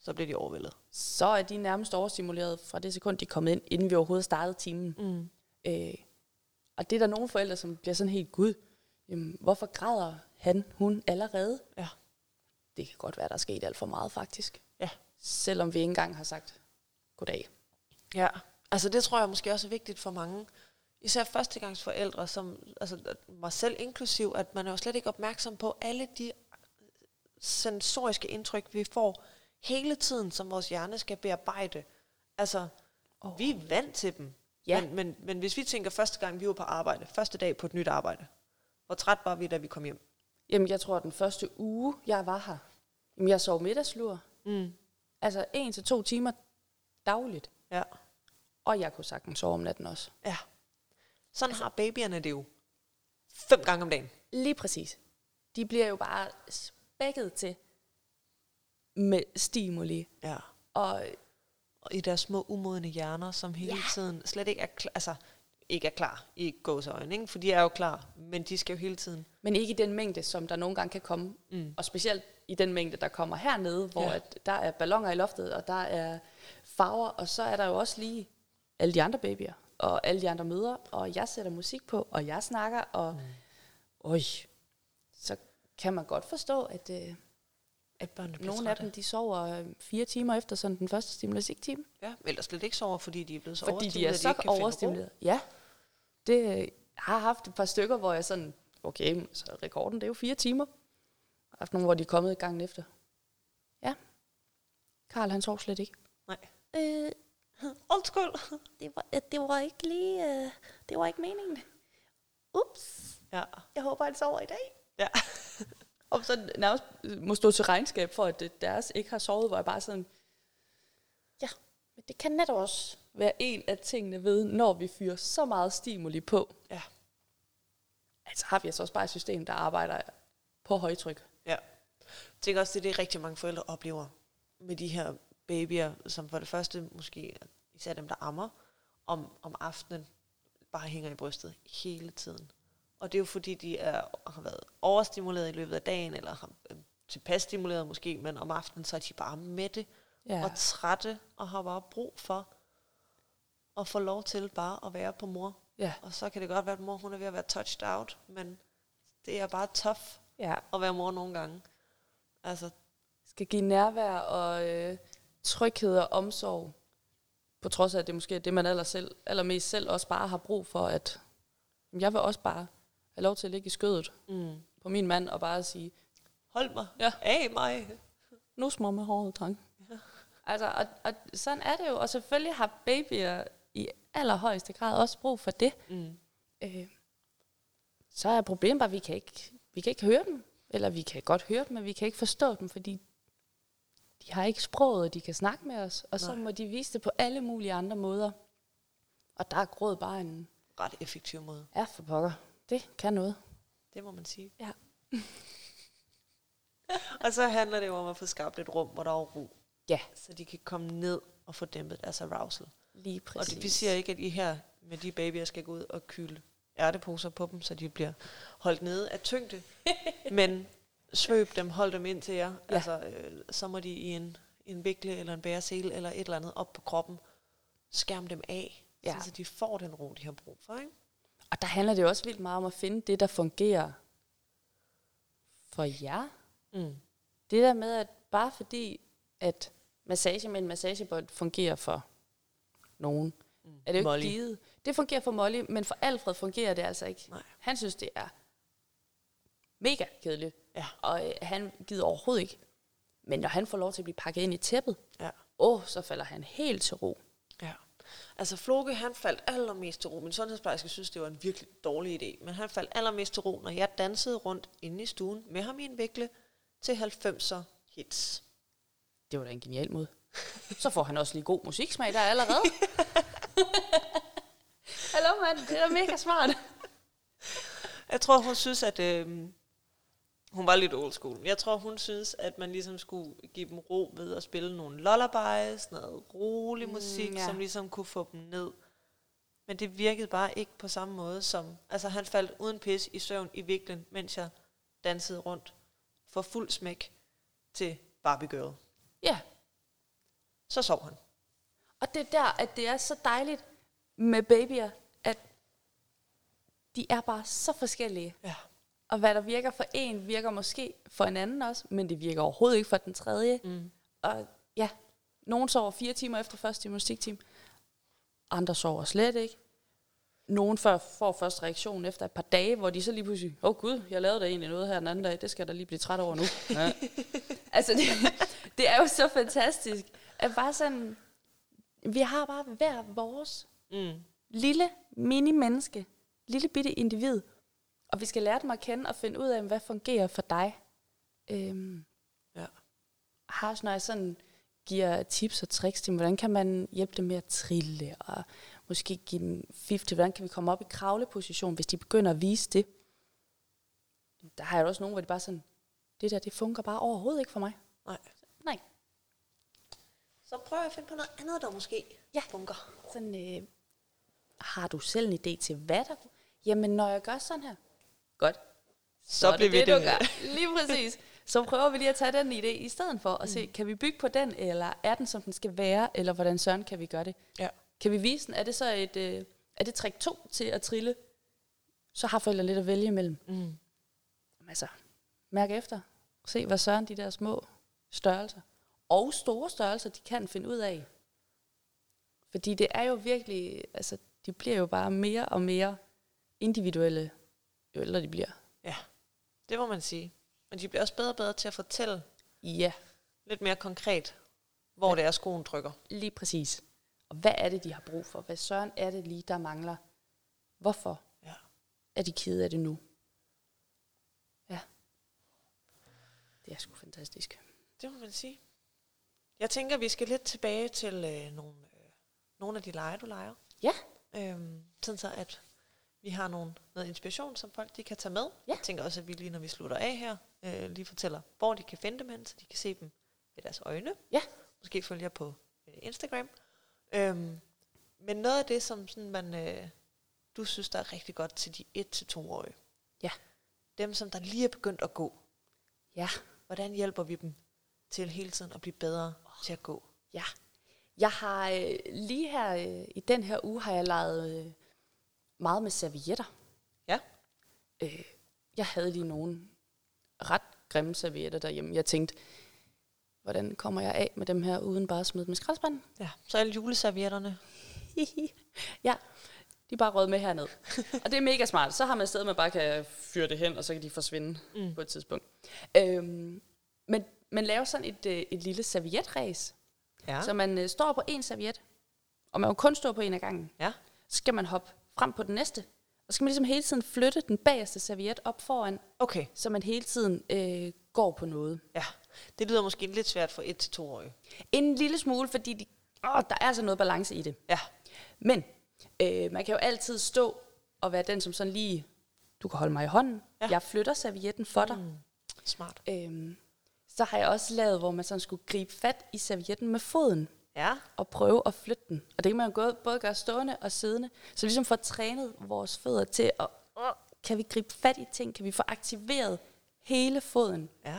så bliver de overvældet. Så er de nærmest overstimuleret fra det sekund, de er kommet ind, inden vi overhovedet startede timen. Og det er der nogle forældre, som bliver sådan helt, gud, jamen, hvorfor græder hun allerede? Ja. Det kan godt være, der er sket alt for meget, faktisk. Ja. Selvom vi ikke engang har sagt goddag. Ja, altså det tror jeg måske også er vigtigt for mange, især førstegangsforældre, som, altså mig selv inklusiv, at man er jo slet ikke opmærksom på alle de sensoriske indtryk, vi får hele tiden, som vores hjerne skal bearbejde. Altså, vi er vant til dem. Ja. Men hvis vi tænker første gang, vi var på arbejde, første dag på et nyt arbejde, hvor træt var vi, da vi kom hjem? Jamen, jeg tror, at den første uge, jeg var her, jamen, jeg sov middagslur. Altså 1 til 2 timer dagligt. Ja. Og jeg kunne sagtens sove om natten også. Ja. Sådan har babyerne det jo 5 gange om dagen. Lige præcis. De bliver jo bare spækket til med stimuli. Ja. Og I deres små umodne hjerner, som hele tiden slet ikke er klar, altså ikke er klar i gåseøjne, ikke? For de er jo klar, men de skal jo hele tiden. Men ikke i den mængde, som der nogle gange kan komme. Og specielt i den mængde, der kommer hernede, hvor at der er balloner i loftet, og der er farver, og så er der jo også lige alle de andre babyer, og alle de andre mødre, og jeg sætter musik på, og jeg snakker, og så kan man godt forstå, at nogle af dem, de sover 4 timer efter sådan den første stimulus-time. Ja, eller slet ikke sover, fordi de er blevet så fordi overstimuleret, de er så overstimuleret. Ja, det har haft et par stykker, hvor jeg sådan, okay, så rekorden, det er jo 4 timer. Jeg har haft nogle, hvor de er kommet gangen efter. Ja, Karl, han sov slet ikke. Nej. Undskyld. Det var ikke lige, det var ikke meningen. Ups. Ja. Jeg håber, han sover i dag. Ja. Og så nærmest må stå til regnskab for, at deres ikke har sovet, hvor jeg bare sådan, ja, men det kan netop også være en af tingene ved, når vi fyrer så meget stimuli på. Ja. Altså har vi altså også bare et system, der arbejder på højtryk. Ja. Jeg tænker også, det er det, rigtig mange forældre oplever med de her babyer, som for det første måske, især dem, der ammer, om aftenen bare hænger i brystet hele tiden. Og det er jo fordi, de har været overstimuleret i løbet af dagen, eller har tilpas stimuleret måske, men om aftenen, så er de bare mætte og trætte, og har bare brug for at få lov til bare at være på mor. Ja. Og så kan det godt være, at mor hun er ved at være touched out, men det er bare tough at være mor nogle gange. Altså, skal give nærvær og tryghed og omsorg, på trods af, at det måske er det, man allermest selv også bare har brug for, at jeg vil også bare have lov til at ligge i skødet på min mand og bare sige, hold mig af mig. Nu små med håret, dreng. Ja. Altså, og sådan er det jo. Og selvfølgelig har babyer i allerhøjeste grad også brug for det. Så er problemet bare, at vi kan ikke høre dem. Eller vi kan godt høre dem, men vi kan ikke forstå dem, fordi de har ikke sproget, de kan snakke med os. Og så må de vise det på alle mulige andre måder. Og der er gråd bare en ret effektiv måde. Ja, for pokker. Det kan noget. Det må man sige. Ja. Og så handler det jo om at få skabt et rum, hvor der er ro. Ja. Så de kan komme ned og få dæmpet deres arousal. Lige præcis. Og vi siger ikke, at I her med de babyer skal gå ud og kylde ærteposer på dem, så de bliver holdt nede af tyngde. Men svøb dem, hold dem ind til jer. Ja. Altså, så må de i en vikle eller en bæresele eller et eller andet op på kroppen. Skærm dem af, så de får den ro, de har brug for, ikke? Og der handler det også vildt meget om at finde det, der fungerer for jer. Det der med, at bare fordi, at massage med en massagebånd fungerer for nogen, er det jo ikke givet. Det fungerer for Molly, men for Alfred fungerer det altså ikke. Nej. Han synes, det er mega kedeligt, ja. Og han gider overhovedet ikke. Men når han får lov til at blive pakket ind i tæppet, så falder han helt til ro. Ja. Altså Floke, han faldt allermest til ro. Min sundhedsplejerske synes, det var en virkelig dårlig idé. Men han faldt allermest til ro, når jeg dansede rundt inde i stuen med ham i en vikle til 90'er hits. Det var da en genial måde. Så får han også lige god musiksmag der allerede. Hallo mand, det er da mega smart. Jeg tror, hun synes, at hun var lidt old school. Jeg tror, hun synes, at man ligesom skulle give dem ro ved at spille nogle lullabies, noget rolig musik, som ligesom kunne få dem ned. Men det virkede bare ikke på samme måde som... Altså, han faldt uden pis i søvn i viklen, mens jeg dansede rundt for fuld smæk til Barbie Girl. Ja, så sov han. Og det er der, at det er så dejligt med babyer, at de er bare så forskellige. Ja. Og hvad der virker for en, virker måske for en anden også, men det virker overhovedet ikke for den tredje. Og ja, nogen sover 4 timer efter første gymnastiktime, andre sover slet ikke. Nogen får først reaktion efter et par dage, hvor de så lige pludselig, gud, jeg lavede da egentlig noget her den anden dag, det skal jeg da lige blive træt over nu. Ja. Altså, det er jo så fantastisk, at bare sådan, vi har bare hver vores lille mini-menneske, lille bitte individ, og vi skal lære dem at kende og finde ud af, hvad fungerer for dig. Har også, når jeg sådan giver tips og tricks til, hvordan kan man hjælpe dem med at trille, og måske give dem fif til, hvordan kan vi komme op i kravleposition, hvis de begynder at vise det. Der har jeg også nogen, hvor de bare sådan, det fungerer bare overhovedet ikke for mig. Nej. Så prøv at finde på noget andet, der måske fungerer. Sådan, har du selv en idé til, hvad der... Jamen, når jeg gør sådan her, godt, så bliver det, du gør. Lige præcis. Så prøver vi lige at tage den idé i stedet for, og se, kan vi bygge på den, eller er den, som den skal være, eller hvordan søren kan vi gøre det? Ja. Kan vi vise den? Er det så er det trik 2 til at trille? Så har forældre lidt at vælge imellem. Altså, mærk efter. Se, hvad søren de der små størrelser, og store størrelser, de kan finde ud af. Fordi det er jo virkelig, altså, de bliver jo bare mere og mere individuelle, jo ældre de bliver. Ja, det må man sige. Men de bliver også bedre og bedre til at fortælle lidt mere konkret, hvor det er, skoen trykker. Lige præcis. Og hvad er det, de har brug for? Hvad søren er det lige, der mangler? Hvorfor er de kede af det nu? Ja. Det er sgu fantastisk. Det må man sige. Jeg tænker, vi skal lidt tilbage til nogle af de lege, du leger. Ja. Sådan så, at vi har noget inspiration, som folk de kan tage med. Ja. Jeg tænker også, at vi lige, når vi slutter af her, lige fortæller, hvor de kan finde dem hen, så de kan se dem med deres øjne. Ja. Måske følge jer på Instagram. Men noget af det, som sådan du synes, der er rigtig godt til de 1-2-årige. Ja. Dem, som der lige er begyndt at gå. Ja. Hvordan hjælper vi dem til hele tiden at blive bedre til at gå? Ja. Jeg har lige her i den her uge, har jeg leget meget med servietter. Ja. Jeg havde lige nogle ret grimme servietter derhjemme. Jeg tænkte, hvordan kommer jeg af med dem her, uden bare at smide dem i skraldespanden? Ja, så alle juleservietterne. Ja, de er bare røget med herned. Og det er mega smart. Så har man et sted, man bare kan fyre det hen, og så kan de forsvinde på et tidspunkt. Men lave sådan et lille servietræs. Ja. Så man står på en serviet, og man må kun stå på en af gangen. Ja. Så skal man hoppe frem på den næste. Og så skal man ligesom hele tiden flytte den bagerste serviet op foran, Okay. så man hele tiden går på noget. Ja, det lyder måske lidt svært for 1-2-årige. En lille smule, fordi der er altså noget balance i det. Ja. Men man kan jo altid stå og være den, som sådan lige, du kan holde mig i hånden. Ja. Jeg flytter servietten for dig. Smart. Så har jeg også lavet, hvor man sådan skulle gribe fat i servietten med foden. Ja. Og prøve at flytte den. Og det kan man jo både gøre stående og siddende. Så ligesom får trænet vores fødder til at, kan vi gribe fat i ting? Kan vi få aktiveret hele foden? Ja.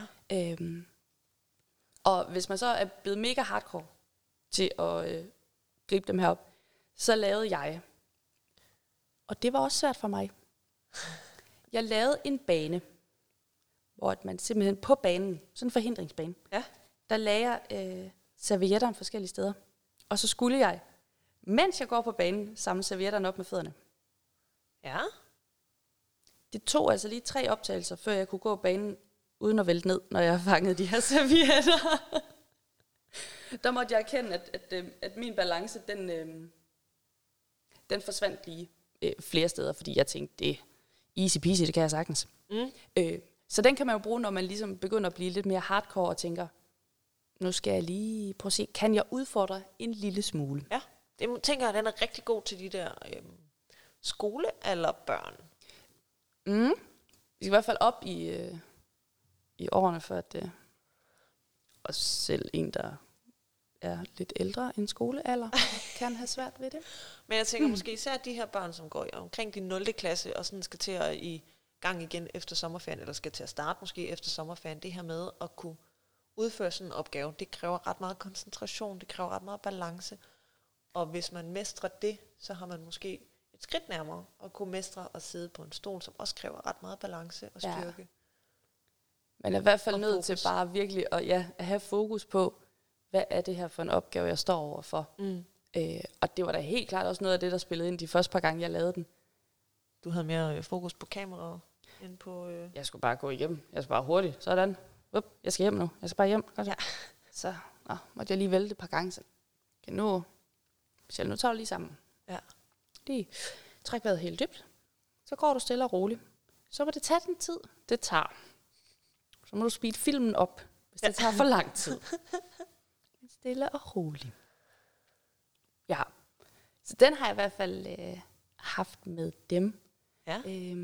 Og hvis man så er blevet mega hardcore til at gribe dem herop, så lavede jeg. Og det var også svært for mig. Jeg lavede en bane, hvor man simpelthen på banen, sådan en forhindringsbane, der lagde jeg servietterne forskellige steder. Og så skulle jeg, mens jeg går på banen, samle servietterne op med fødderne. Ja. Det tog altså lige 3 optagelser, før jeg kunne gå banen, uden at vælte ned, når jeg fangede de her servietter. Der måtte jeg erkende, at min balance, den forsvandt lige flere steder, fordi jeg tænkte, det er easy peasy, det kan jeg sagtens. Så den kan man jo bruge, når man ligesom begynder at blive lidt mere hardcore og tænker, nu skal jeg lige prøve at se, kan jeg udfordre en lille smule? Ja, det tænker jeg, den er rigtig god til de der skolealderbørn. Vi skal i hvert fald op i årene, for at og selv en, der er lidt ældre end skolealder, kan have svært ved det. Men jeg tænker måske især de her børn, som går omkring de 0. klasse, og sådan skal til at i gang igen efter sommerferien, eller skal til at starte måske efter sommerferien, det her med at kunne udføre sådan en opgave, det kræver ret meget koncentration, det kræver ret meget balance. Og hvis man mestrer det, så har man måske et skridt nærmere at kunne mestre at sidde på en stol, som også kræver ret meget balance og styrke. Ja. Man er i hvert fald Og nødt fokus. til bare virkelig at have fokus på, hvad er det her for en opgave, jeg står overfor. Og det var da helt klart også noget af det, der spillede ind de første par gange, jeg lavede den. Du havde mere fokus på kameraet end på... Jeg skulle bare gå igennem. Jeg skulle bare hurtigt. Sådan. Jeg skal hjem nu. Jeg skal bare hjem. Godt. Ja. Så måtte jeg lige vælte et par gange. Så nu tager du lige sammen. Ja. Lige træk vejret helt dybt. Så går du stille og roligt. Så må det tage den tid, det tager. Så må du speede filmen op, hvis det tager for lang tid. Stille og roligt. Ja. Så den har jeg i hvert fald haft med dem. Ja.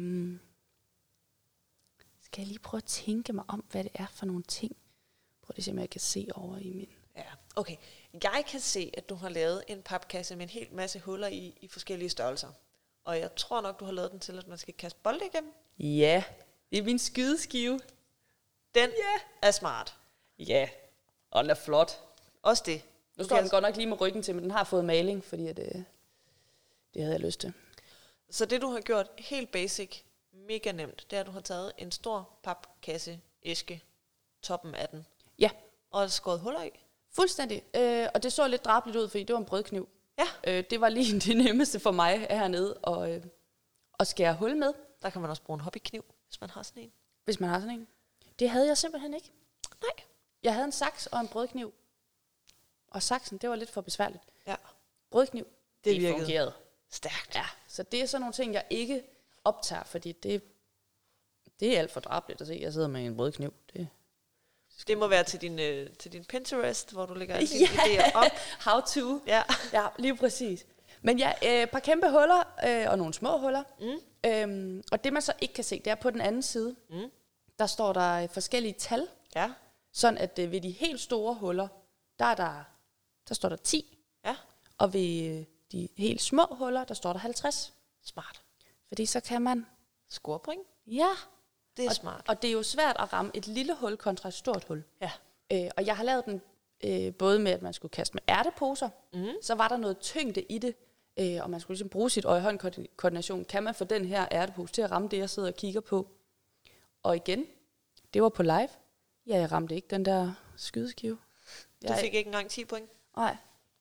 Skal jeg lige prøve at tænke mig om, hvad det er for nogle ting. Prøv at se, om jeg kan se over i min... Ja, okay. Jeg kan se, at du har lavet en papkasse med en hel masse huller i forskellige størrelser. Og jeg tror nok, du har lavet den til, at man skal kaste bolde igennem. Ja, det er min skydeskive. Den er smart. Ja, og den er flot. Også det. Nu står den godt nok lige med ryggen til, men den har fået maling, fordi at, det havde jeg lyst til. Så det, du har gjort helt basic, mega nemt, det er, at du har taget en stor papkasse, æske, toppen af den, Ja, og skåret huller i. fuldstændig. Og det så lidt drabeligt ud, fordi det var en brødkniv. Ja. Det var lige det nemmeste for mig hernede at skære hul med, Der kan man også bruge en hobbykniv, hvis man har sådan en. hvis man har sådan en. Det havde jeg simpelthen ikke. Nej. Jeg havde en saks og en brødkniv. Og saksen, det var lidt for besværligt. Ja. Brødkniv, Det virkede fungerede. stærkt. Ja, så det er sådan nogle ting, jeg ikke optager, fordi det er alt for drabeligt at se. Jeg sidder med en brødkniv. Det må være til din Pinterest, hvor du lægger alle dine idéer op. How to. Ja. Ja, lige præcis. Men ja, et par kæmpe huller og nogle små huller. Og det man så ikke kan se, det er på den anden side. Der står der forskellige tal. Ja. Sådan at ved de helt store huller, der står der 10. Ja. Og ved de helt små huller, der står der 50. Smart. Fordi så kan man... Scorepoint. Ja. Det er smart. Og det er jo svært at ramme et lille hul kontra et stort hul. Ja. Og jeg har lavet den både med, at man skulle kaste med ærteposer. Så var der noget tyngde i det. Og man skulle ligesom bruge sit øje-hånd-koordination. Kan man få den her ærtepose til at ramme det, jeg sidder og kigger på? Og igen, det var på live. Ja, jeg ramte ikke den der skydeskive. Du fik ikke engang 10 point. Nej,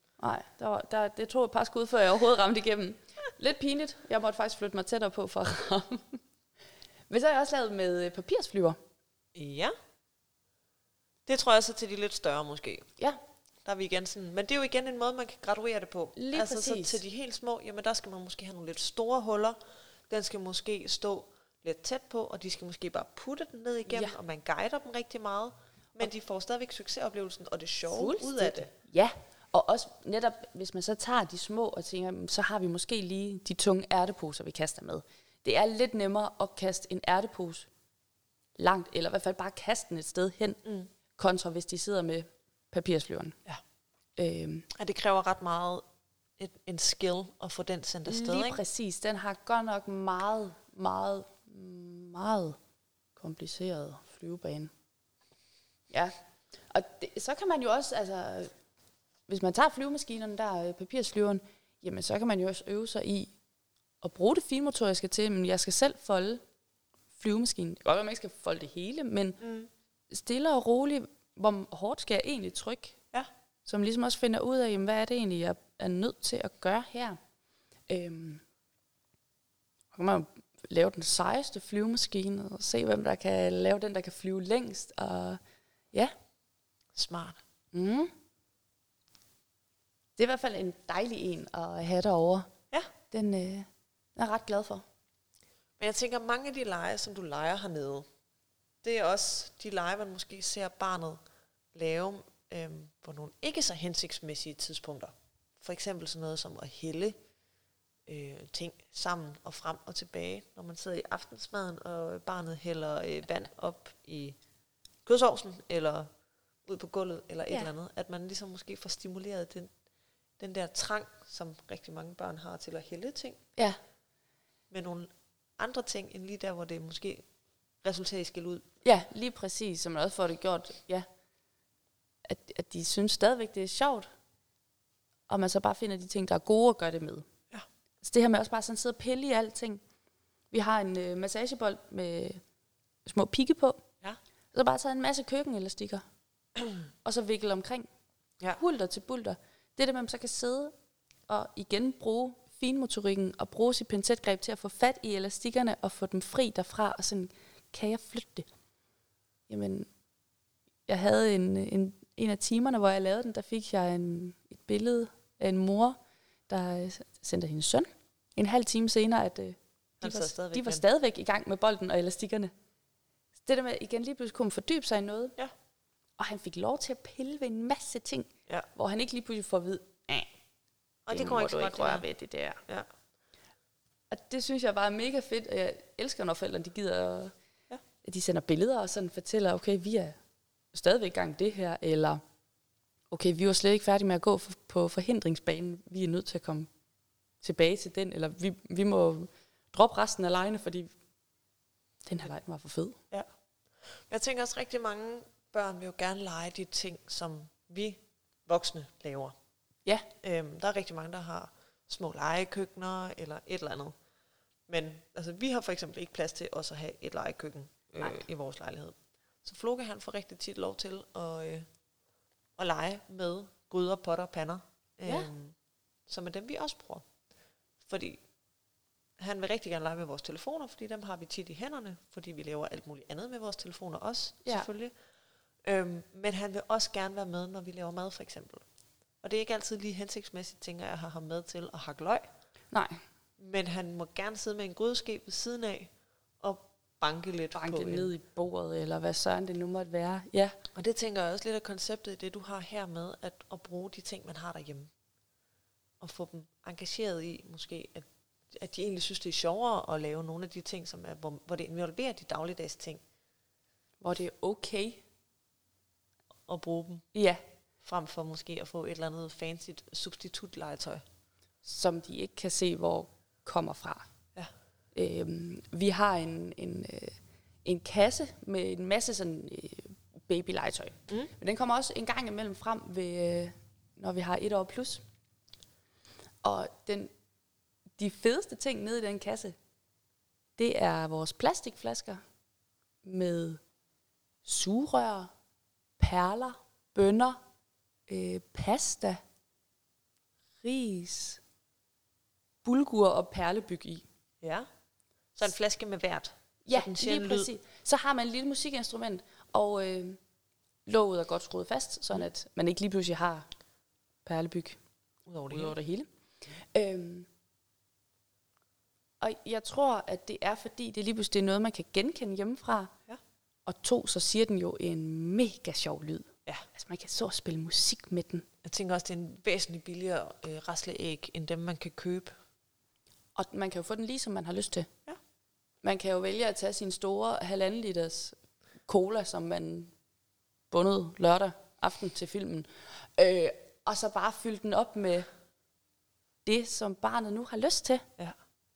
det tog et par skud, før jeg overhovedet ramte igennem. Lidt pinligt. Jeg måtte faktisk flytte mig tættere på for at ramme. Men så har jeg også lavet med papirsflyver. Ja. Det tror jeg så til de lidt større måske. Ja. Der er vi igen sådan. Men det er jo igen en måde, man kan graduere det på. Lige altså præcis. så til de helt små, jamen der skal man måske have nogle lidt store huller. Den skal måske stå lidt tæt på, og de skal måske bare putte den ned igennem, og man guider dem rigtig meget. Men de får stadigvæk succesoplevelsen og det sjove ud af det. Ja, og også netop, hvis man så tager de små og tænker, så har vi måske lige de tunge ærteposer, vi kaster med. Det er lidt nemmere at kaste en ærtepose langt, eller i hvert fald bare kaste den et sted hen, kontra hvis de sidder med papirsflyveren. Ja. Og det kræver ret meget en skill at få den sendt afsted, Lige ikke? præcis. Den har godt nok meget, meget, meget kompliceret flyvebane. Ja, og så kan man jo også, altså, hvis man tager flyvemaskinerne, der papirsflyveren, jamen så kan man jo også øve sig i at bruge det finmotoriske til, men jeg skal selv folde flyvemaskinen. Det kan godt være, man ikke skal folde det hele, men stille og roligt, hvor hårdt skal jeg egentlig trykke? Ja. Så man ligesom også finder ud af, jamen, hvad er det egentlig, jeg er nødt til at gøre her? Så kan man jo lave den sejeste flyvemaskine, og se, hvem der kan lave den, der kan flyve længst, og ja. Smart. Det er i hvert fald en dejlig en at have derovre. Ja. Den er jeg ret glad for. Men jeg tænker, mange af de lege, som du leger hernede, det er også de lege, man måske ser barnet lave på nogle ikke så hensigtsmæssige tidspunkter. For eksempel sådan noget som at hælde ting sammen og frem og tilbage, når man sidder i aftensmaden, og barnet hælder vand op i kødsovsen, eller ud på gulvet, eller et eller andet. At man ligesom måske får stimuleret den der trang, som rigtig mange børn har til at hælde ting. Ja. Med nogle andre ting, end lige der, hvor det måske resulterer i skæld ud. Ja, lige præcis, så man også får det gjort, ja, at de synes stadigvæk, det er sjovt, og man så bare finder de ting, der er gode at gøre det med. Ja. Så det her med også bare sådan sidde og pille i alting. Vi har en massagebold med små pigge på. Ja. Så bare taget en masse køkkenelastikker, og så vikle omkring. Ja. Hulter til bulter. Det er det, man så kan sidde og igen bruge finmotorikken og bruge sit pincetgreb til at få fat i elastikkerne og få dem fri derfra, og sådan, kan jeg flytte det? Jamen, jeg havde en af timerne, hvor jeg lavede den, der fik jeg et billede af en mor, der sendte hendes søn. En halv time senere, at de var stadigvæk i gang med bolden og elastikkerne. Så det der med, igen lige pludselig kunne fordybe sig i noget. Ja. Og han fik lov til at pille ved en masse ting, ja. hvor han ikke lige pludselig får at vide, og det går ikke så godt røre ved det der. Ja. Og det synes jeg bare er mega fedt, og jeg elsker, når forældrene de gider, at de sender billeder og sådan fortæller, okay, vi er stadigvæk i gang med det her, eller okay, vi var slet ikke færdige med at gå på forhindringsbanen, vi er nødt til at komme tilbage til den, eller vi må droppe resten af legene, fordi den her leg var for fed. Ja. Jeg tænker også, rigtig mange børn vil jo gerne lege de ting, som vi voksne laver. Ja. Der er rigtig mange, der har små legekøkkener eller et eller andet. Men altså, vi har for eksempel ikke plads til også at have et legekøkken i vores lejlighed. Så Floke, han får rigtig tit lov til at lege med gryder, potter og pander. Som er dem, vi også bruger. Fordi han vil rigtig gerne lege med vores telefoner, fordi dem har vi tit i hænderne, fordi vi laver alt muligt andet med vores telefoner også, selvfølgelig. Men han vil også gerne være med, når vi laver mad, for eksempel. Og det er ikke altid lige hensigtsmæssigt, tænker jeg, at have ham med til at hakke løg. Nej. Men han må gerne sidde med en grydeske ved siden af, og banke lidt på ned i bordet, eller hvad søren det nu måtte være. Ja. Og det tænker jeg også lidt af konceptet i det, du har her med, at bruge de ting, man har derhjemme. Og få dem engageret i, måske, at de egentlig synes, det er sjovere at lave nogle af de ting, som er, hvor det involverer de dagligdags ting. Hvor det er okay at bruge dem. Ja. Frem for måske at få et eller andet fancy substitutlegetøj. Som de ikke kan se, hvor kommer fra. Ja. Vi har en kasse med en masse sådan babylegetøj. Men den kommer også en gang imellem frem, når vi har 1 år plus. Og de fedeste ting nede i den kasse, det er vores plastikflasker med sugerør, perler, bønner, pasta, ris, bulgur og perlebyg i. Ja. Så en flaske med hvert. Ja, lige præcis. Så har man et lille musikinstrument, og låget er godt skruet fast, sådan at man ikke lige pludselig har perlebyg udover det hele. Og jeg tror, at det er fordi, det lige pludselig er noget, man kan genkende hjemmefra. Ja. Og 2, så siger den jo en mega sjov lyd. Ja. Altså man kan så spille musik med den. Jeg tænker også, det er en væsentligt billigere rasleæg, end dem man kan købe. Og man kan jo få den lige, som man har lyst til. Ja. Man kan jo vælge at tage sin store 1,5 liters cola, som man bundede lørdag aften til filmen. Og så bare fylde den op med det, som barnet nu har lyst til. Ja.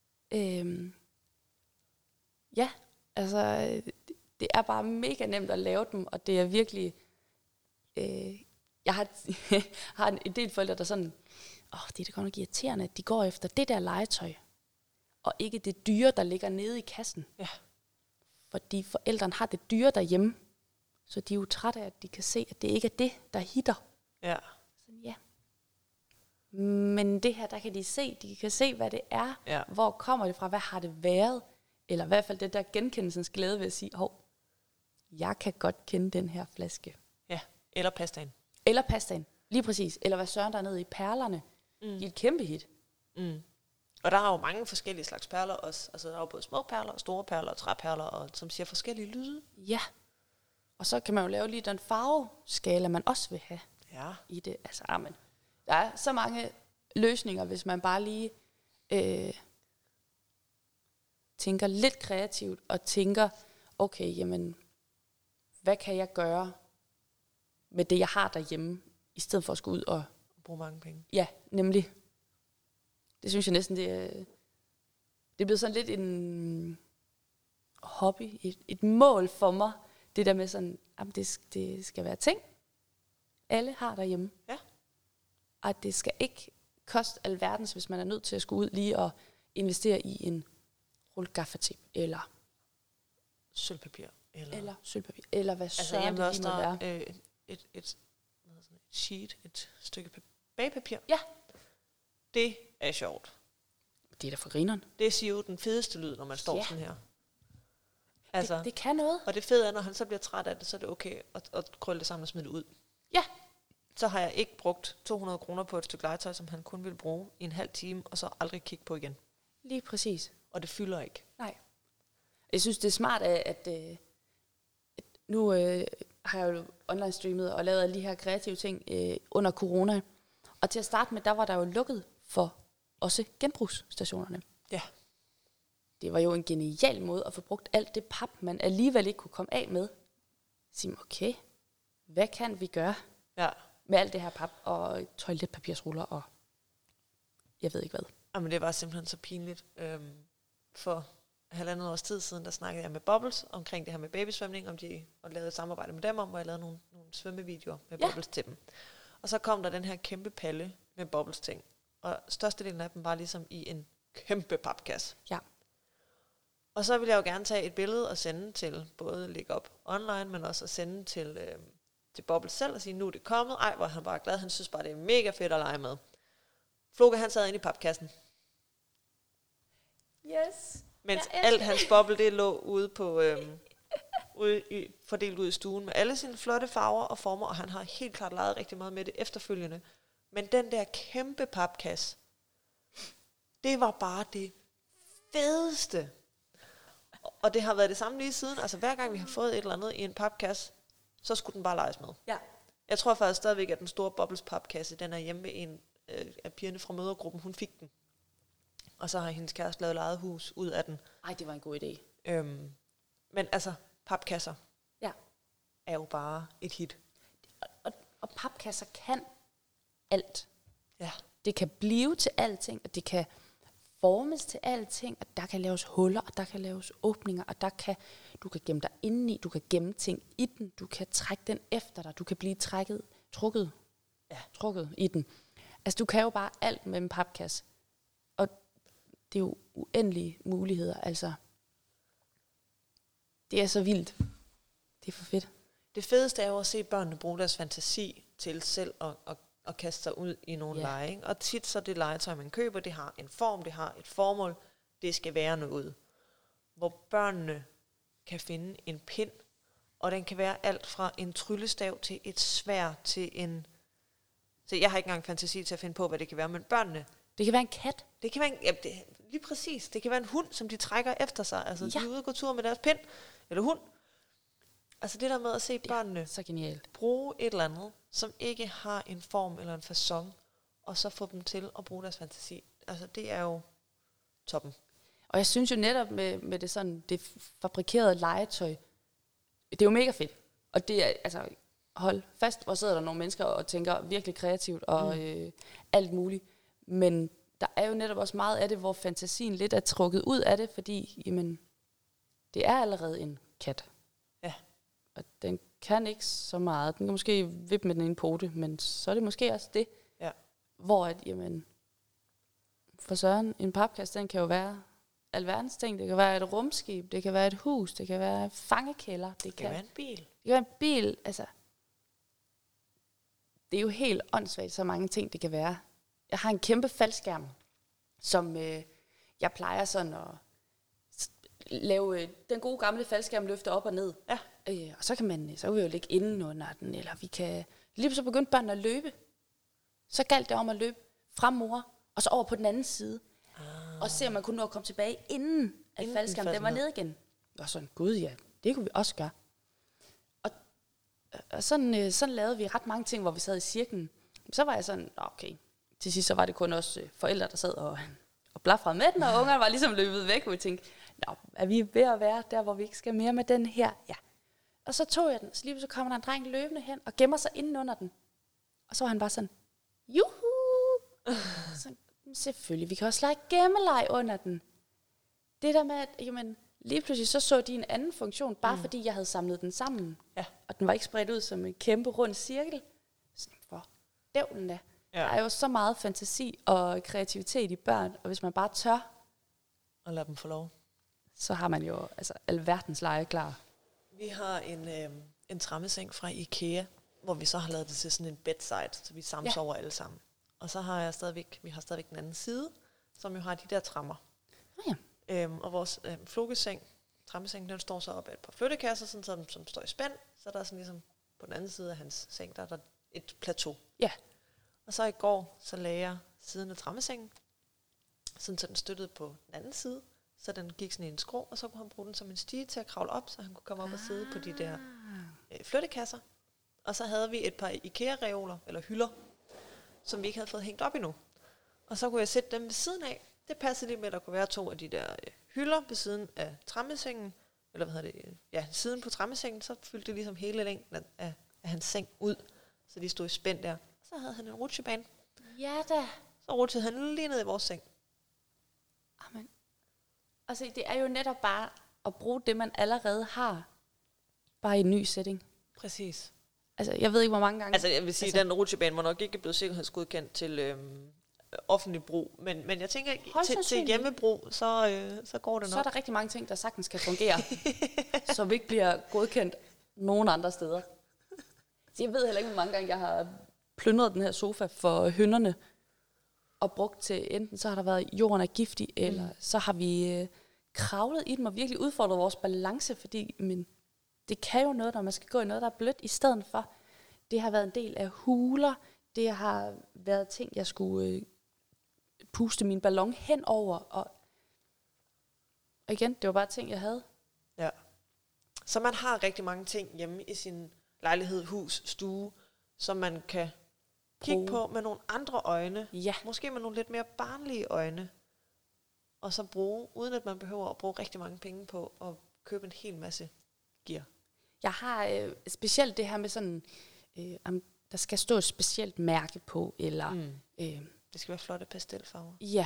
Ja, altså det er bare mega nemt at lave dem, og det er virkelig... jeg har en del forældre, der sådan, det er da godt nok irriterende, at de går efter det der legetøj, og ikke det dyre, der ligger nede i kassen. Ja. Fordi forældrene har det dyre derhjemme, så de er jo trætte af, at de kan se, at det ikke er det, der hitter. Ja. Sådan, ja. Men det her, der kan de kan se, hvad det er, hvor kommer det fra, hvad har det været, eller i hvert fald det der genkendelsens glæde ved at sige, jeg kan godt kende den her flaske. Ja, eller pastaen. Eller pastaen, lige præcis. Eller hvad søren der er nede i perlerne. De er et kæmpe hit. Og der er jo mange forskellige slags perler også. Altså der er jo både små perler, store perler og træperler, og som siger forskellige lyde. Ja. Og så kan man jo lave lige den farveskala, man også vil have i det. Altså, amen. Der er så mange løsninger, hvis man bare lige tænker lidt kreativt, og tænker, okay, jamen, hvad kan jeg gøre med det, jeg har derhjemme, i stedet for at skulle ud og bruge mange penge. Ja, nemlig. Det synes jeg næsten, det er blevet sådan lidt en hobby, et mål for mig, det der med sådan, det skal være ting. alle har derhjemme. Ja. Og det skal ikke koste alverdens, hvis man er nødt til at skulle ud lige og investere i en rulle gaffatape, eller Sølvpapir. eller sølvpapir, eller hvad Altså søren hjemme det også, lige må der være. et sheet, et stykke bagpapir. Ja. Det er sjovt. Det er da for grineren. Det siger jo den fedeste lyd, når man står sådan her. Altså, Det kan noget. og det fede er, når han så bliver træt af det, så er det okay at krølle det sammen og smide det ud. Ja. Så har jeg ikke brugt 200 kroner på et stykke legetøj, som han kun ville bruge i en halv time, og så aldrig kigge på igen. Lige præcis. Og det fylder ikke. Nej. Jeg synes, det er smart, at nu har jeg jo online streamet og lavet alle de her kreative ting under corona. Og til at starte med, der var der jo lukket for også genbrugsstationerne. Ja. Det var jo en genial måde at få brugt alt det pap, man alligevel ikke kunne komme af med. Sige, okay, hvad kan vi gøre Ja. med alt det her pap og toiletpapirsruller og jeg ved ikke hvad. Jamen, det var simpelthen så pinligt. For 1,5 års tid siden, der snakkede jeg med Bubbles omkring det her med babysvømning, og lavede et samarbejde med dem om, hvor jeg lavede nogle svømmevideoer med Bubbles til dem. Og så kom der den her kæmpe palle med Bubbles ting. Og størstedelen af dem var ligesom i en kæmpe papkasse. Ja. Og så ville jeg jo gerne tage et billede og sende til, både lægge op online, men også at sende til Bubbles selv og sige, nu er det kommet. Ej, hvor er han bare glad. Han synes bare, det er mega fedt at lege med. Floke, han sad inde i papkassen. Yes. Mens alt hans boble, det lå ude på fordelt ud i stuen med alle sine flotte farver og former, og han har helt klart leget rigtig meget med det efterfølgende. Men den der kæmpe papkasse, det var bare det fedeste. Og det har været det samme lige siden. Altså hver gang vi har fået et eller andet i en papkasse, så skulle den bare leges med. Ja. Jeg tror faktisk stadigvæk, at den store Bubbles papkasse, den er hjemme ved en af pigerne fra mødergruppen. Hun fik den. Og så har hendes kæreste lavet legehus ud af den. Ej, det var en god idé. Men altså, papkasser Ja. er jo bare et hit. Og papkasser kan alt. Ja. Det kan blive til alting, og det kan formes til alting, og der kan laves huller, og der kan laves åbninger, og du kan gemme dig indeni, du kan gemme ting i den, du kan trække den efter dig, du kan blive trukket i den. Altså, du kan jo bare alt med en papkasse. Og det er jo uendelige muligheder, altså. Det er så vildt. Det er for fedt. Det fedeste er jo at se børnene bruge deres fantasi til selv at kaste sig ud i nogle lege. Ikke? Og tit så det legetøj, man køber, det har en form, det har et formål, det skal være noget. Hvor børnene kan finde en pind, og den kan være alt fra en tryllestav til et sværd til en... Så jeg har ikke engang fantasi til at finde på, hvad det kan være, men børnene... Det kan være en kat. Det kan være lige præcis. Det kan være en hund, som de trækker efter sig. Altså, de er ude og gå tur med deres pind, eller hund. Altså det der med at se børnene så genialt. Bruge et eller andet, som ikke har en form eller en facon, og så få dem til at bruge deres fantasi. Altså det er jo toppen. Og jeg synes jo netop med det sådan, det fabrikerede legetøj, det er jo mega fedt. Og det er, altså, hold fast, hvor sidder der nogle mennesker og tænker virkelig kreativt og alt muligt. Men der er jo netop også meget af det, hvor fantasien lidt er trukket ud af det, fordi, jamen, det er allerede en kat. Ja. Og den kan ikke så meget. Den kan måske vippe med den ene pote, men så er det måske også det. Ja. Hvor at, jamen, for søren, en papkasse, den kan jo være alverdens ting. Det kan være et rumskib, det kan være et hus, det kan være fangekælder. Det kan være en bil. Det kan være en bil, altså. Det er jo helt åndssvagt, så mange ting det kan være. Jeg har en kæmpe faldskærm, som jeg plejer sådan at lave den gode gamle faldskærm løfte op og ned. Ja. Og så kan vi jo ligge inden under den, eller vi kan... Lige så begyndte børnene at løbe. Så galt det om at løbe fra mor, og så over på den anden side. Og se, om man kunne nå at komme tilbage, inden at faldskærmen den var ned igen. Og sådan, gud ja, det kunne vi også gøre. Og sådan lavede vi ret mange ting, hvor vi sad i cirklen. Så var jeg sådan, okay. Til sidst så var det kun også forældre, der sad og blafrede med den, og ungerne var ligesom løbet væk, og vi tænkte, er vi ved at være der, hvor vi ikke skal mere med den her? Ja. Og så tog jeg den, så lige så kommer der en dreng løbende hen, og gemmer sig inden under den. Og så var han bare sådan, juhu! Så, selvfølgelig, vi kan også lege gemmeleg under den. Det der med, at jamen, lige pludselig så de en anden funktion, bare fordi jeg havde samlet den sammen. Ja. Og den var ikke spredt ud som en kæmpe rund cirkel. Så dævlen da. Ja. Der er jo så meget fantasi og kreativitet i børn, og hvis man bare tør, Og lad dem få lov. så har man jo altså alverdens lege klar. Vi har en trammeseng fra IKEA, hvor vi så har lavet det til sådan en bedside, så vi samsover alle sammen. Og så har vi har stadigvæk den anden side, som jo har de der trammer. Og vores flokeseng, trammeseng, den står så op af et par flyttekasser, sådan, som står i spænd. Så der er sådan ligesom på den anden side af hans seng, der er der et plateau. Ja. Og så i går, så lagde jeg siden af trammesengen, sådan så den støttede på den anden side. Så den gik sådan i en skrå, og så kunne han bruge den som en stige til at kravle op, så han kunne komme op og sidde på de der flyttekasser. Og så havde vi et par IKEA-reoler, eller hylder, som vi ikke havde fået hængt op endnu. Og så kunne jeg sætte dem ved siden af. Det passede lige med, at der kunne være 2 af de der hylder ved siden af trammesengen, eller siden på trammesengen, så fyldte det ligesom hele længden af hans seng ud, så de stod i spænd der. Så havde han en rutsjebane. Ja da. Så rutsjede han lige ned i vores seng. Amen. Altså, det er jo netop bare at bruge det, man allerede har, bare i en ny setting. Præcis. Altså, jeg ved ikke, hvor mange gange... Altså, jeg vil sige, at den rutsjebane var nok ikke blevet sikkerhedsgodkendt til offentlig brug, men jeg tænker, til hjemmebrug, så går det nok. Så er der rigtig mange ting, der sagtens kan fungere, så vi ikke bliver godkendt nogen andre steder. Så jeg ved heller ikke, hvor mange gange jeg har plyndret den her sofa for hønderne, og brugt til, enten så har der været jorden er giftig, eller så har vi kravlet i dem og virkelig udfordret vores balance, fordi det kan jo noget, når man skal gå i noget, der er blødt, i stedet for. Det har været en del af huler, det har været ting, jeg skulle puste min ballon hen over, og igen, det var bare ting, jeg havde. Ja. Så man har rigtig mange ting hjemme i sin lejlighed, hus, stue, som man kan kigge på med nogle andre øjne. Ja. Måske med nogle lidt mere barnlige øjne. Og så bruge, uden at man behøver at bruge rigtig mange penge på at købe en hel masse gear. Jeg har specielt det her med sådan, der skal stå et specielt mærke på, eller... Det skal være flotte pastelfarver. Ja.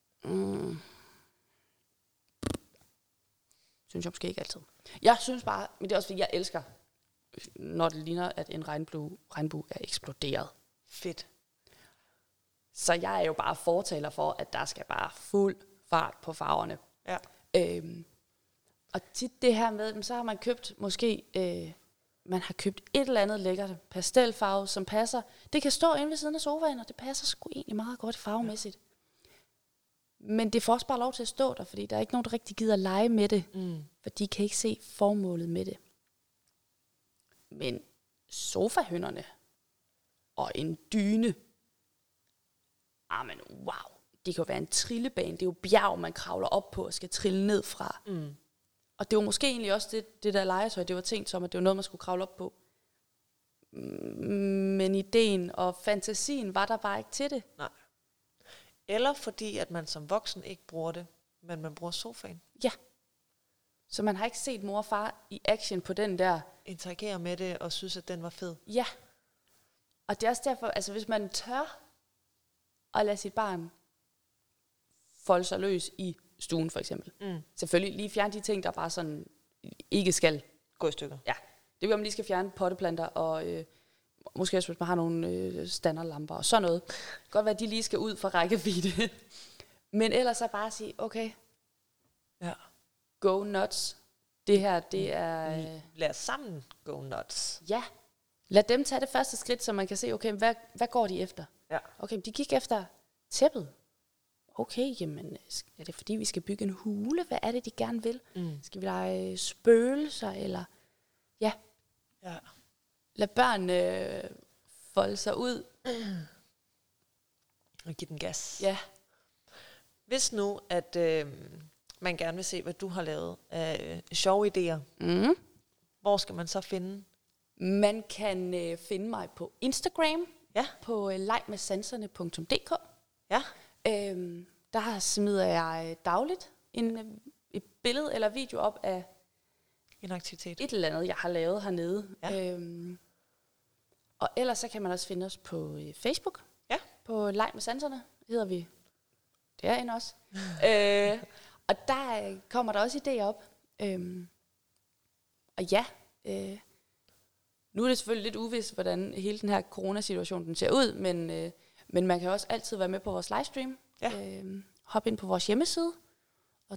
Synes jeg måske ikke altid. Jeg synes bare, men det er også fordi, jeg elsker, når det ligner, at en regnbue er eksploderet. Fedt. Så jeg er jo bare fortaler for, at der skal bare fuld fart på farverne. Ja. Og tit det her med, så har man købt måske... man har købt et eller andet lækkert pastelfarve, som passer. Det kan stå inde ved siden af sofaen, og det passer sgu egentlig meget godt farvemæssigt. Ja. Men det får også bare lov til at stå der, fordi der er ikke nogen, der rigtig gider at lege med det. For de kan ikke se formålet med det. Men sofahønderne og en dyne, men wow, det kan jo være en trillebane. Det er jo bjerg, man kravler op på og skal trille ned fra. Og det var måske egentlig også det der legetøj, det var tænkt som, at det var noget, man skulle kravle op på. Men ideen og fantasien var der bare ikke til det. Nej. Eller fordi, at man som voksen ikke bruger det, men man bruger sofaen. Ja. Så man har ikke set mor og far i action på den der. Interagere med det og synes, at den var fed. Ja. Og det er også derfor, altså hvis man tør at lade sit barn folde sig løs i stuen for eksempel. Selvfølgelig lige fjerne de ting, der bare sådan ikke skal gå i stykker. Ja, det vil man lige skal fjerne potteplanter og måske også hvis man har nogle standardlamper og sådan noget. Godt være, at de lige skal ud fra rækkevidde. Men ellers så bare sige, okay, go nuts. Det her, det er... Lad os sammen go nuts. Ja. Lad dem tage det første skridt, så man kan se, okay, hvad går de efter? Ja. Okay, de gik efter tæppet. Okay, jamen, er det fordi, vi skal bygge en hule? Hvad er det, de gerne vil? Skal vi lege spøgelser, eller... Ja. Lad børn folde sig ud. Og give den gas. Ja. Hvis nu, at man gerne vil se, hvad du har lavet af sjove idéer, hvor skal man så finde? Man kan finde mig på Instagram, Ja. på legmedsanserne.dk. Ja. Der smider jeg dagligt et billede eller video op af En aktivitet. et eller andet, jeg har lavet hernede. Ja. Og ellers så kan man også finde os på Facebook. Ja. På Leg med Sanserne hedder vi derinde også. Og der kommer der også idéer op. Og ja, Nu er det selvfølgelig lidt uvist, hvordan hele den her coronasituation den ser ud, men man kan også altid være med på vores livestream. Ja. Hop ind på vores hjemmeside, og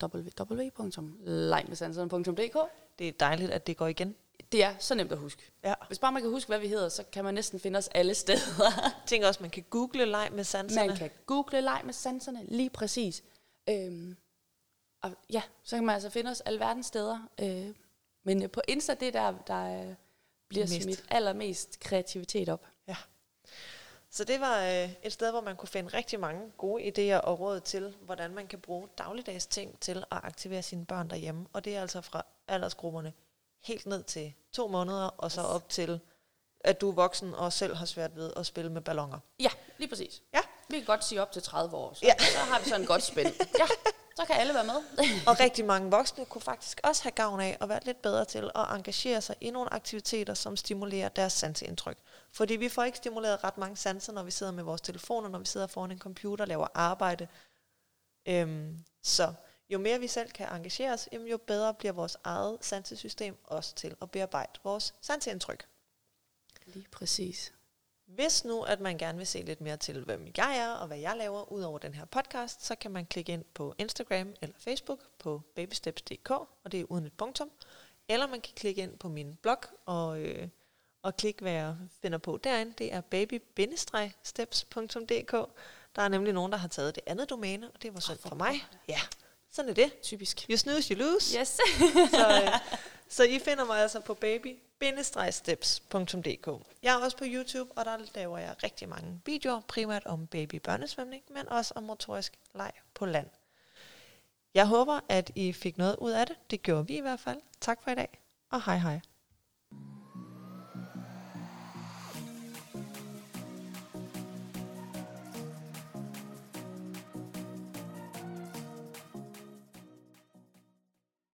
www.legmedsanserne.dk. Det er dejligt, at det går igen. Det er så nemt at huske. Ja. Hvis bare man kan huske, hvad vi hedder, så kan man næsten finde os alle steder. Jeg tænker også, man kan google leg med sanserne. Man kan google leg med sanserne, lige præcis. Og ja, så kan man altså finde os alverdens steder. Men på Insta, det er der bliver smidt allermest kreativitet op. Ja. Så det var et sted, hvor man kunne finde rigtig mange gode idéer og råd til, hvordan man kan bruge dagligdags ting til at aktivere sine børn derhjemme. Og det er altså fra aldersgrupperne helt ned til 2 måneder, og så op til, at du er voksen og selv har svært ved at spille med balloner. Ja, lige præcis. Ja. Vi kan godt sige op til 30 år, så, Ja. så har vi sådan et godt spænd. Ja, så kan alle være med. Og rigtig mange voksne kunne faktisk også have gavn af at være lidt bedre til at engagere sig i nogle aktiviteter, som stimulerer deres sanseindtryk. Fordi vi får ikke stimuleret ret mange sanser, når vi sidder med vores telefoner, når vi sidder foran en computer og laver arbejde. Så jo mere vi selv kan engagere os, jo bedre bliver vores eget sansesystem også til at bearbejde vores sanseindtryk. Lige præcis. Hvis nu, at man gerne vil se lidt mere til, hvem jeg er og hvad jeg laver ud over den her podcast, så kan man klikke ind på Instagram eller Facebook på babysteps.dk, og det er uden et punktum. Eller man kan klikke ind på min blog og klikke, hvad jeg finder på derinde. Det er baby-steps.dk. Der er nemlig nogen, der har taget det andet domæne, og det var synd for mig. Ja, sådan er det. Typisk. You snooze, you lose. Yes. Så I finder mig altså på baby-steps.dk. Jeg er også på YouTube, og der laver jeg rigtig mange videoer, primært om babybørnesvømning, men også om motorisk leg på land. Jeg håber, at I fik noget ud af det. Det gjorde vi i hvert fald. Tak for i dag, og hej hej.